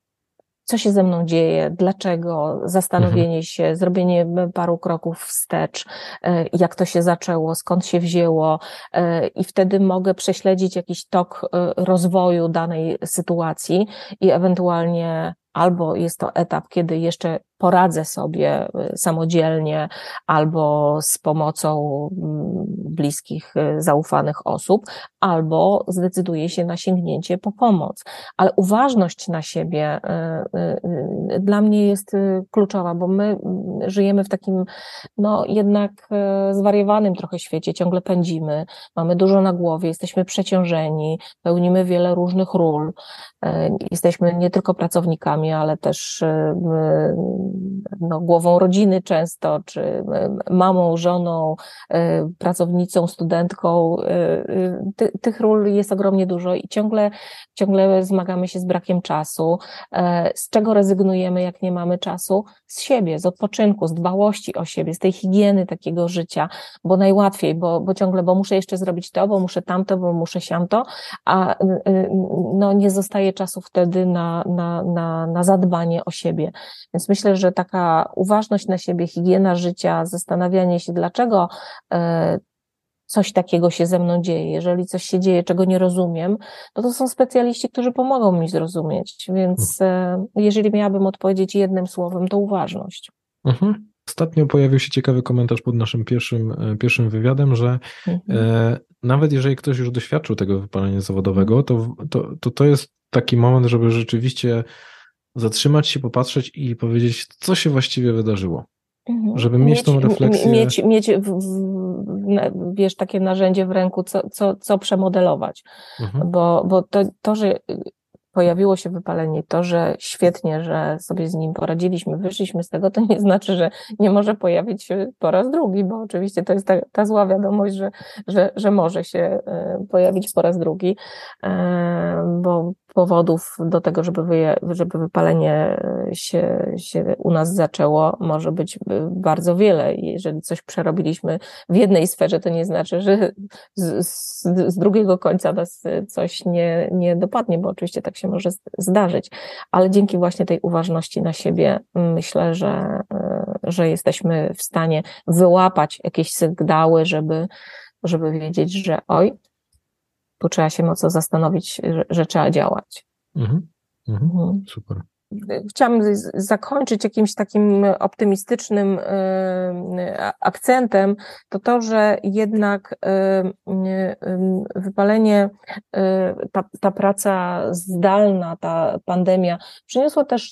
co się ze mną dzieje, dlaczego, zastanowienie mhm. się, zrobienie paru kroków wstecz, jak to się zaczęło, skąd się wzięło i wtedy mogę prześledzić jakiś tok rozwoju danej sytuacji i ewentualnie albo jest to etap, kiedy jeszcze poradzę sobie samodzielnie albo z pomocą bliskich, zaufanych osób, albo zdecyduję się na sięgnięcie po pomoc. Ale uważność na siebie dla mnie jest kluczowa, bo my żyjemy w takim, no jednak zwariowanym trochę świecie, ciągle pędzimy, mamy dużo na głowie, jesteśmy przeciążeni, pełnimy wiele różnych ról, jesteśmy nie tylko pracownikami, ale też no, głową rodziny często, czy mamą, żoną, pracownicą, studentką. Ty, tych ról jest ogromnie dużo i ciągle, ciągle zmagamy się z brakiem czasu. Z czego rezygnujemy, jak nie mamy czasu? Z siebie, z odpoczynku, z dbałości o siebie, z tej higieny takiego życia, bo najłatwiej, bo, bo ciągle, bo muszę jeszcze zrobić to, bo muszę tamto, bo muszę siamto, a no, nie zostaje czasu wtedy na, na, na, na zadbanie o siebie. Więc myślę, że taka uważność na siebie, higiena życia, zastanawianie się, dlaczego coś takiego się ze mną dzieje. Jeżeli coś się dzieje, czego nie rozumiem, to to są specjaliści, którzy pomogą mi zrozumieć. Więc jeżeli miałabym odpowiedzieć jednym słowem, to uważność.
Mhm. Ostatnio pojawił się ciekawy komentarz pod naszym pierwszym, pierwszym wywiadem, że mhm. e, nawet jeżeli ktoś już doświadczył tego wypalenia zawodowego, to, to, to to jest taki moment, żeby rzeczywiście zatrzymać się, popatrzeć i powiedzieć, co się właściwie wydarzyło. Mhm. Żeby mieć, mieć tą refleksję.
Mieć, mieć w, w, wiesz, takie narzędzie w ręku, co, co, co przemodelować. Mhm. Bo, bo to, to, że pojawiło się wypalenie, to, że świetnie, że sobie z nim poradziliśmy, wyszliśmy z tego, to nie znaczy, że nie może pojawić się po raz drugi, bo oczywiście to jest ta, ta zła wiadomość, że, że, że może się pojawić po raz drugi, bo powodów do tego, żeby, wyje, żeby wypalenie się, się u nas zaczęło, może być bardzo wiele. Jeżeli coś przerobiliśmy w jednej sferze, to nie znaczy, że z, z, z drugiego końca nas coś nie, nie dopadnie, bo oczywiście tak się może zdarzyć. Ale dzięki właśnie tej uważności na siebie myślę, że, że jesteśmy w stanie wyłapać jakieś sygnały, żeby, żeby wiedzieć, że oj, tu trzeba się mocno zastanowić, że, że trzeba działać. Mhm.
Mhm. Mhm. Super.
Chciałam zakończyć jakimś takim optymistycznym akcentem, to to, że jednak wypalenie, ta, ta praca zdalna, ta pandemia przyniosła też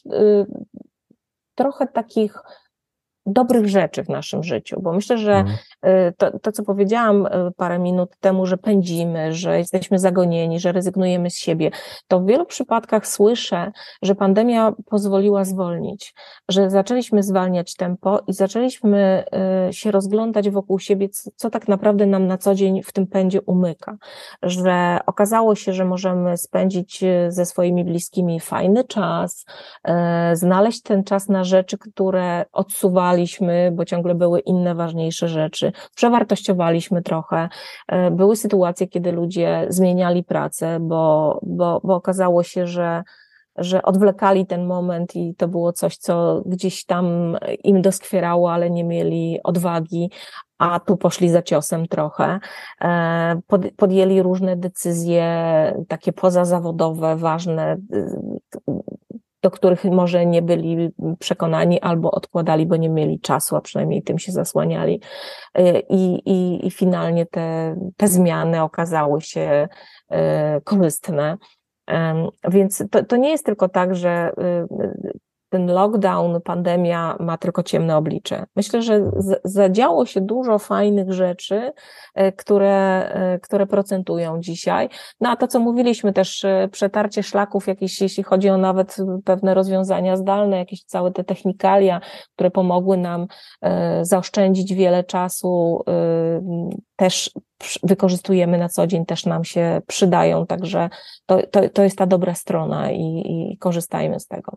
trochę takich dobrych rzeczy w naszym życiu, bo myślę, że mhm. to, to, co powiedziałam parę minut temu, że pędzimy, że jesteśmy zagonieni, że rezygnujemy z siebie, to w wielu przypadkach słyszę, że pandemia pozwoliła zwolnić, że zaczęliśmy zwalniać tempo i zaczęliśmy się rozglądać wokół siebie, co, co tak naprawdę nam na co dzień w tym pędzie umyka, że okazało się, że możemy spędzić ze swoimi bliskimi fajny czas, znaleźć ten czas na rzeczy, które odsuwali, bo ciągle były inne, ważniejsze rzeczy. Przewartościowaliśmy trochę. Były sytuacje, kiedy ludzie zmieniali pracę, bo, bo, bo okazało się, że, że odwlekali ten moment i to było coś, co gdzieś tam im doskwierało, ale nie mieli odwagi, a tu poszli za ciosem trochę. Podjęli różne decyzje, takie pozazawodowe, ważne, do których może nie byli przekonani albo odkładali, bo nie mieli czasu, a przynajmniej tym się zasłaniali. I, i, i finalnie te, te zmiany okazały się korzystne. Więc to, to nie jest tylko tak, że ten lockdown, pandemia ma tylko ciemne oblicze. Myślę, że zadziało się dużo fajnych rzeczy, które, które procentują dzisiaj. No a to, co mówiliśmy też, przetarcie szlaków jakieś, jeśli chodzi o nawet pewne rozwiązania zdalne, jakieś całe te technikalia, które pomogły nam zaoszczędzić wiele czasu, też wykorzystujemy na co dzień, też nam się przydają, także to, to, to jest ta dobra strona i, i korzystajmy z tego.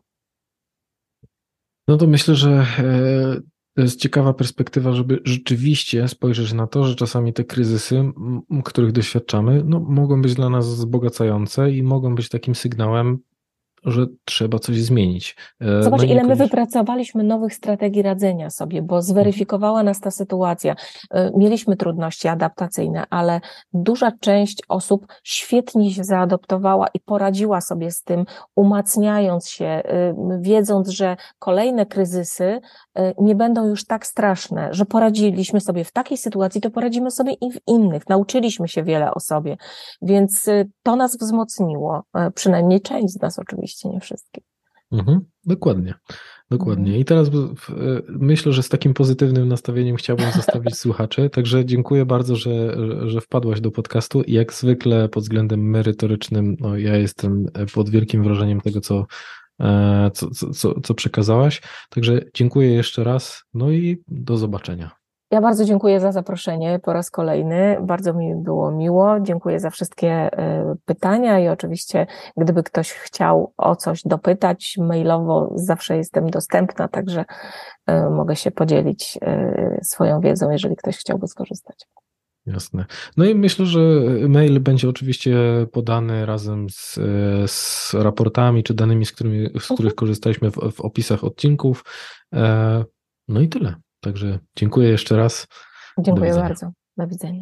No to myślę, że to jest ciekawa perspektywa, żeby rzeczywiście spojrzeć na to, że czasami te kryzysy, których doświadczamy, no, mogą być dla nas wzbogacające i mogą być takim sygnałem, że trzeba coś zmienić.
Zobacz,
no
ile my wypracowaliśmy nowych strategii radzenia sobie, bo zweryfikowała nas ta sytuacja. Mieliśmy trudności adaptacyjne, ale duża część osób świetnie się zaadoptowała i poradziła sobie z tym, umacniając się, wiedząc, że kolejne kryzysy nie będą już tak straszne, że poradziliśmy sobie w takiej sytuacji, to poradzimy sobie i w innych. Nauczyliśmy się wiele o sobie, więc to nas wzmocniło, przynajmniej część z nas oczywiście, nie wszystkich.
Mhm, dokładnie. Dokładnie. I teraz myślę, że z takim pozytywnym nastawieniem chciałbym zostawić słuchaczy. Także dziękuję bardzo, że, że wpadłaś do podcastu. I jak zwykle pod względem merytorycznym, no ja jestem pod wielkim wrażeniem tego, co, co, co, co przekazałaś. Także dziękuję jeszcze raz. No i do zobaczenia.
Ja bardzo dziękuję za zaproszenie po raz kolejny. Bardzo mi było miło. Dziękuję za wszystkie pytania i oczywiście, gdyby ktoś chciał o coś dopytać mailowo, zawsze jestem dostępna, także mogę się podzielić swoją wiedzą, jeżeli ktoś chciałby skorzystać.
Jasne. No i myślę, że mail będzie oczywiście podany razem z, z raportami czy danymi, z, którymi, z których korzystaliśmy w, w opisach odcinków. No i tyle. Także dziękuję jeszcze raz.
Dziękuję Do bardzo. Do widzenia.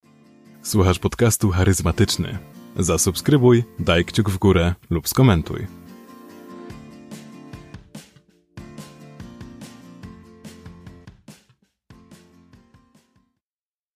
Słuchasz podcastu Charyzmatyczny. Zasubskrybuj, daj kciuk w górę lub skomentuj.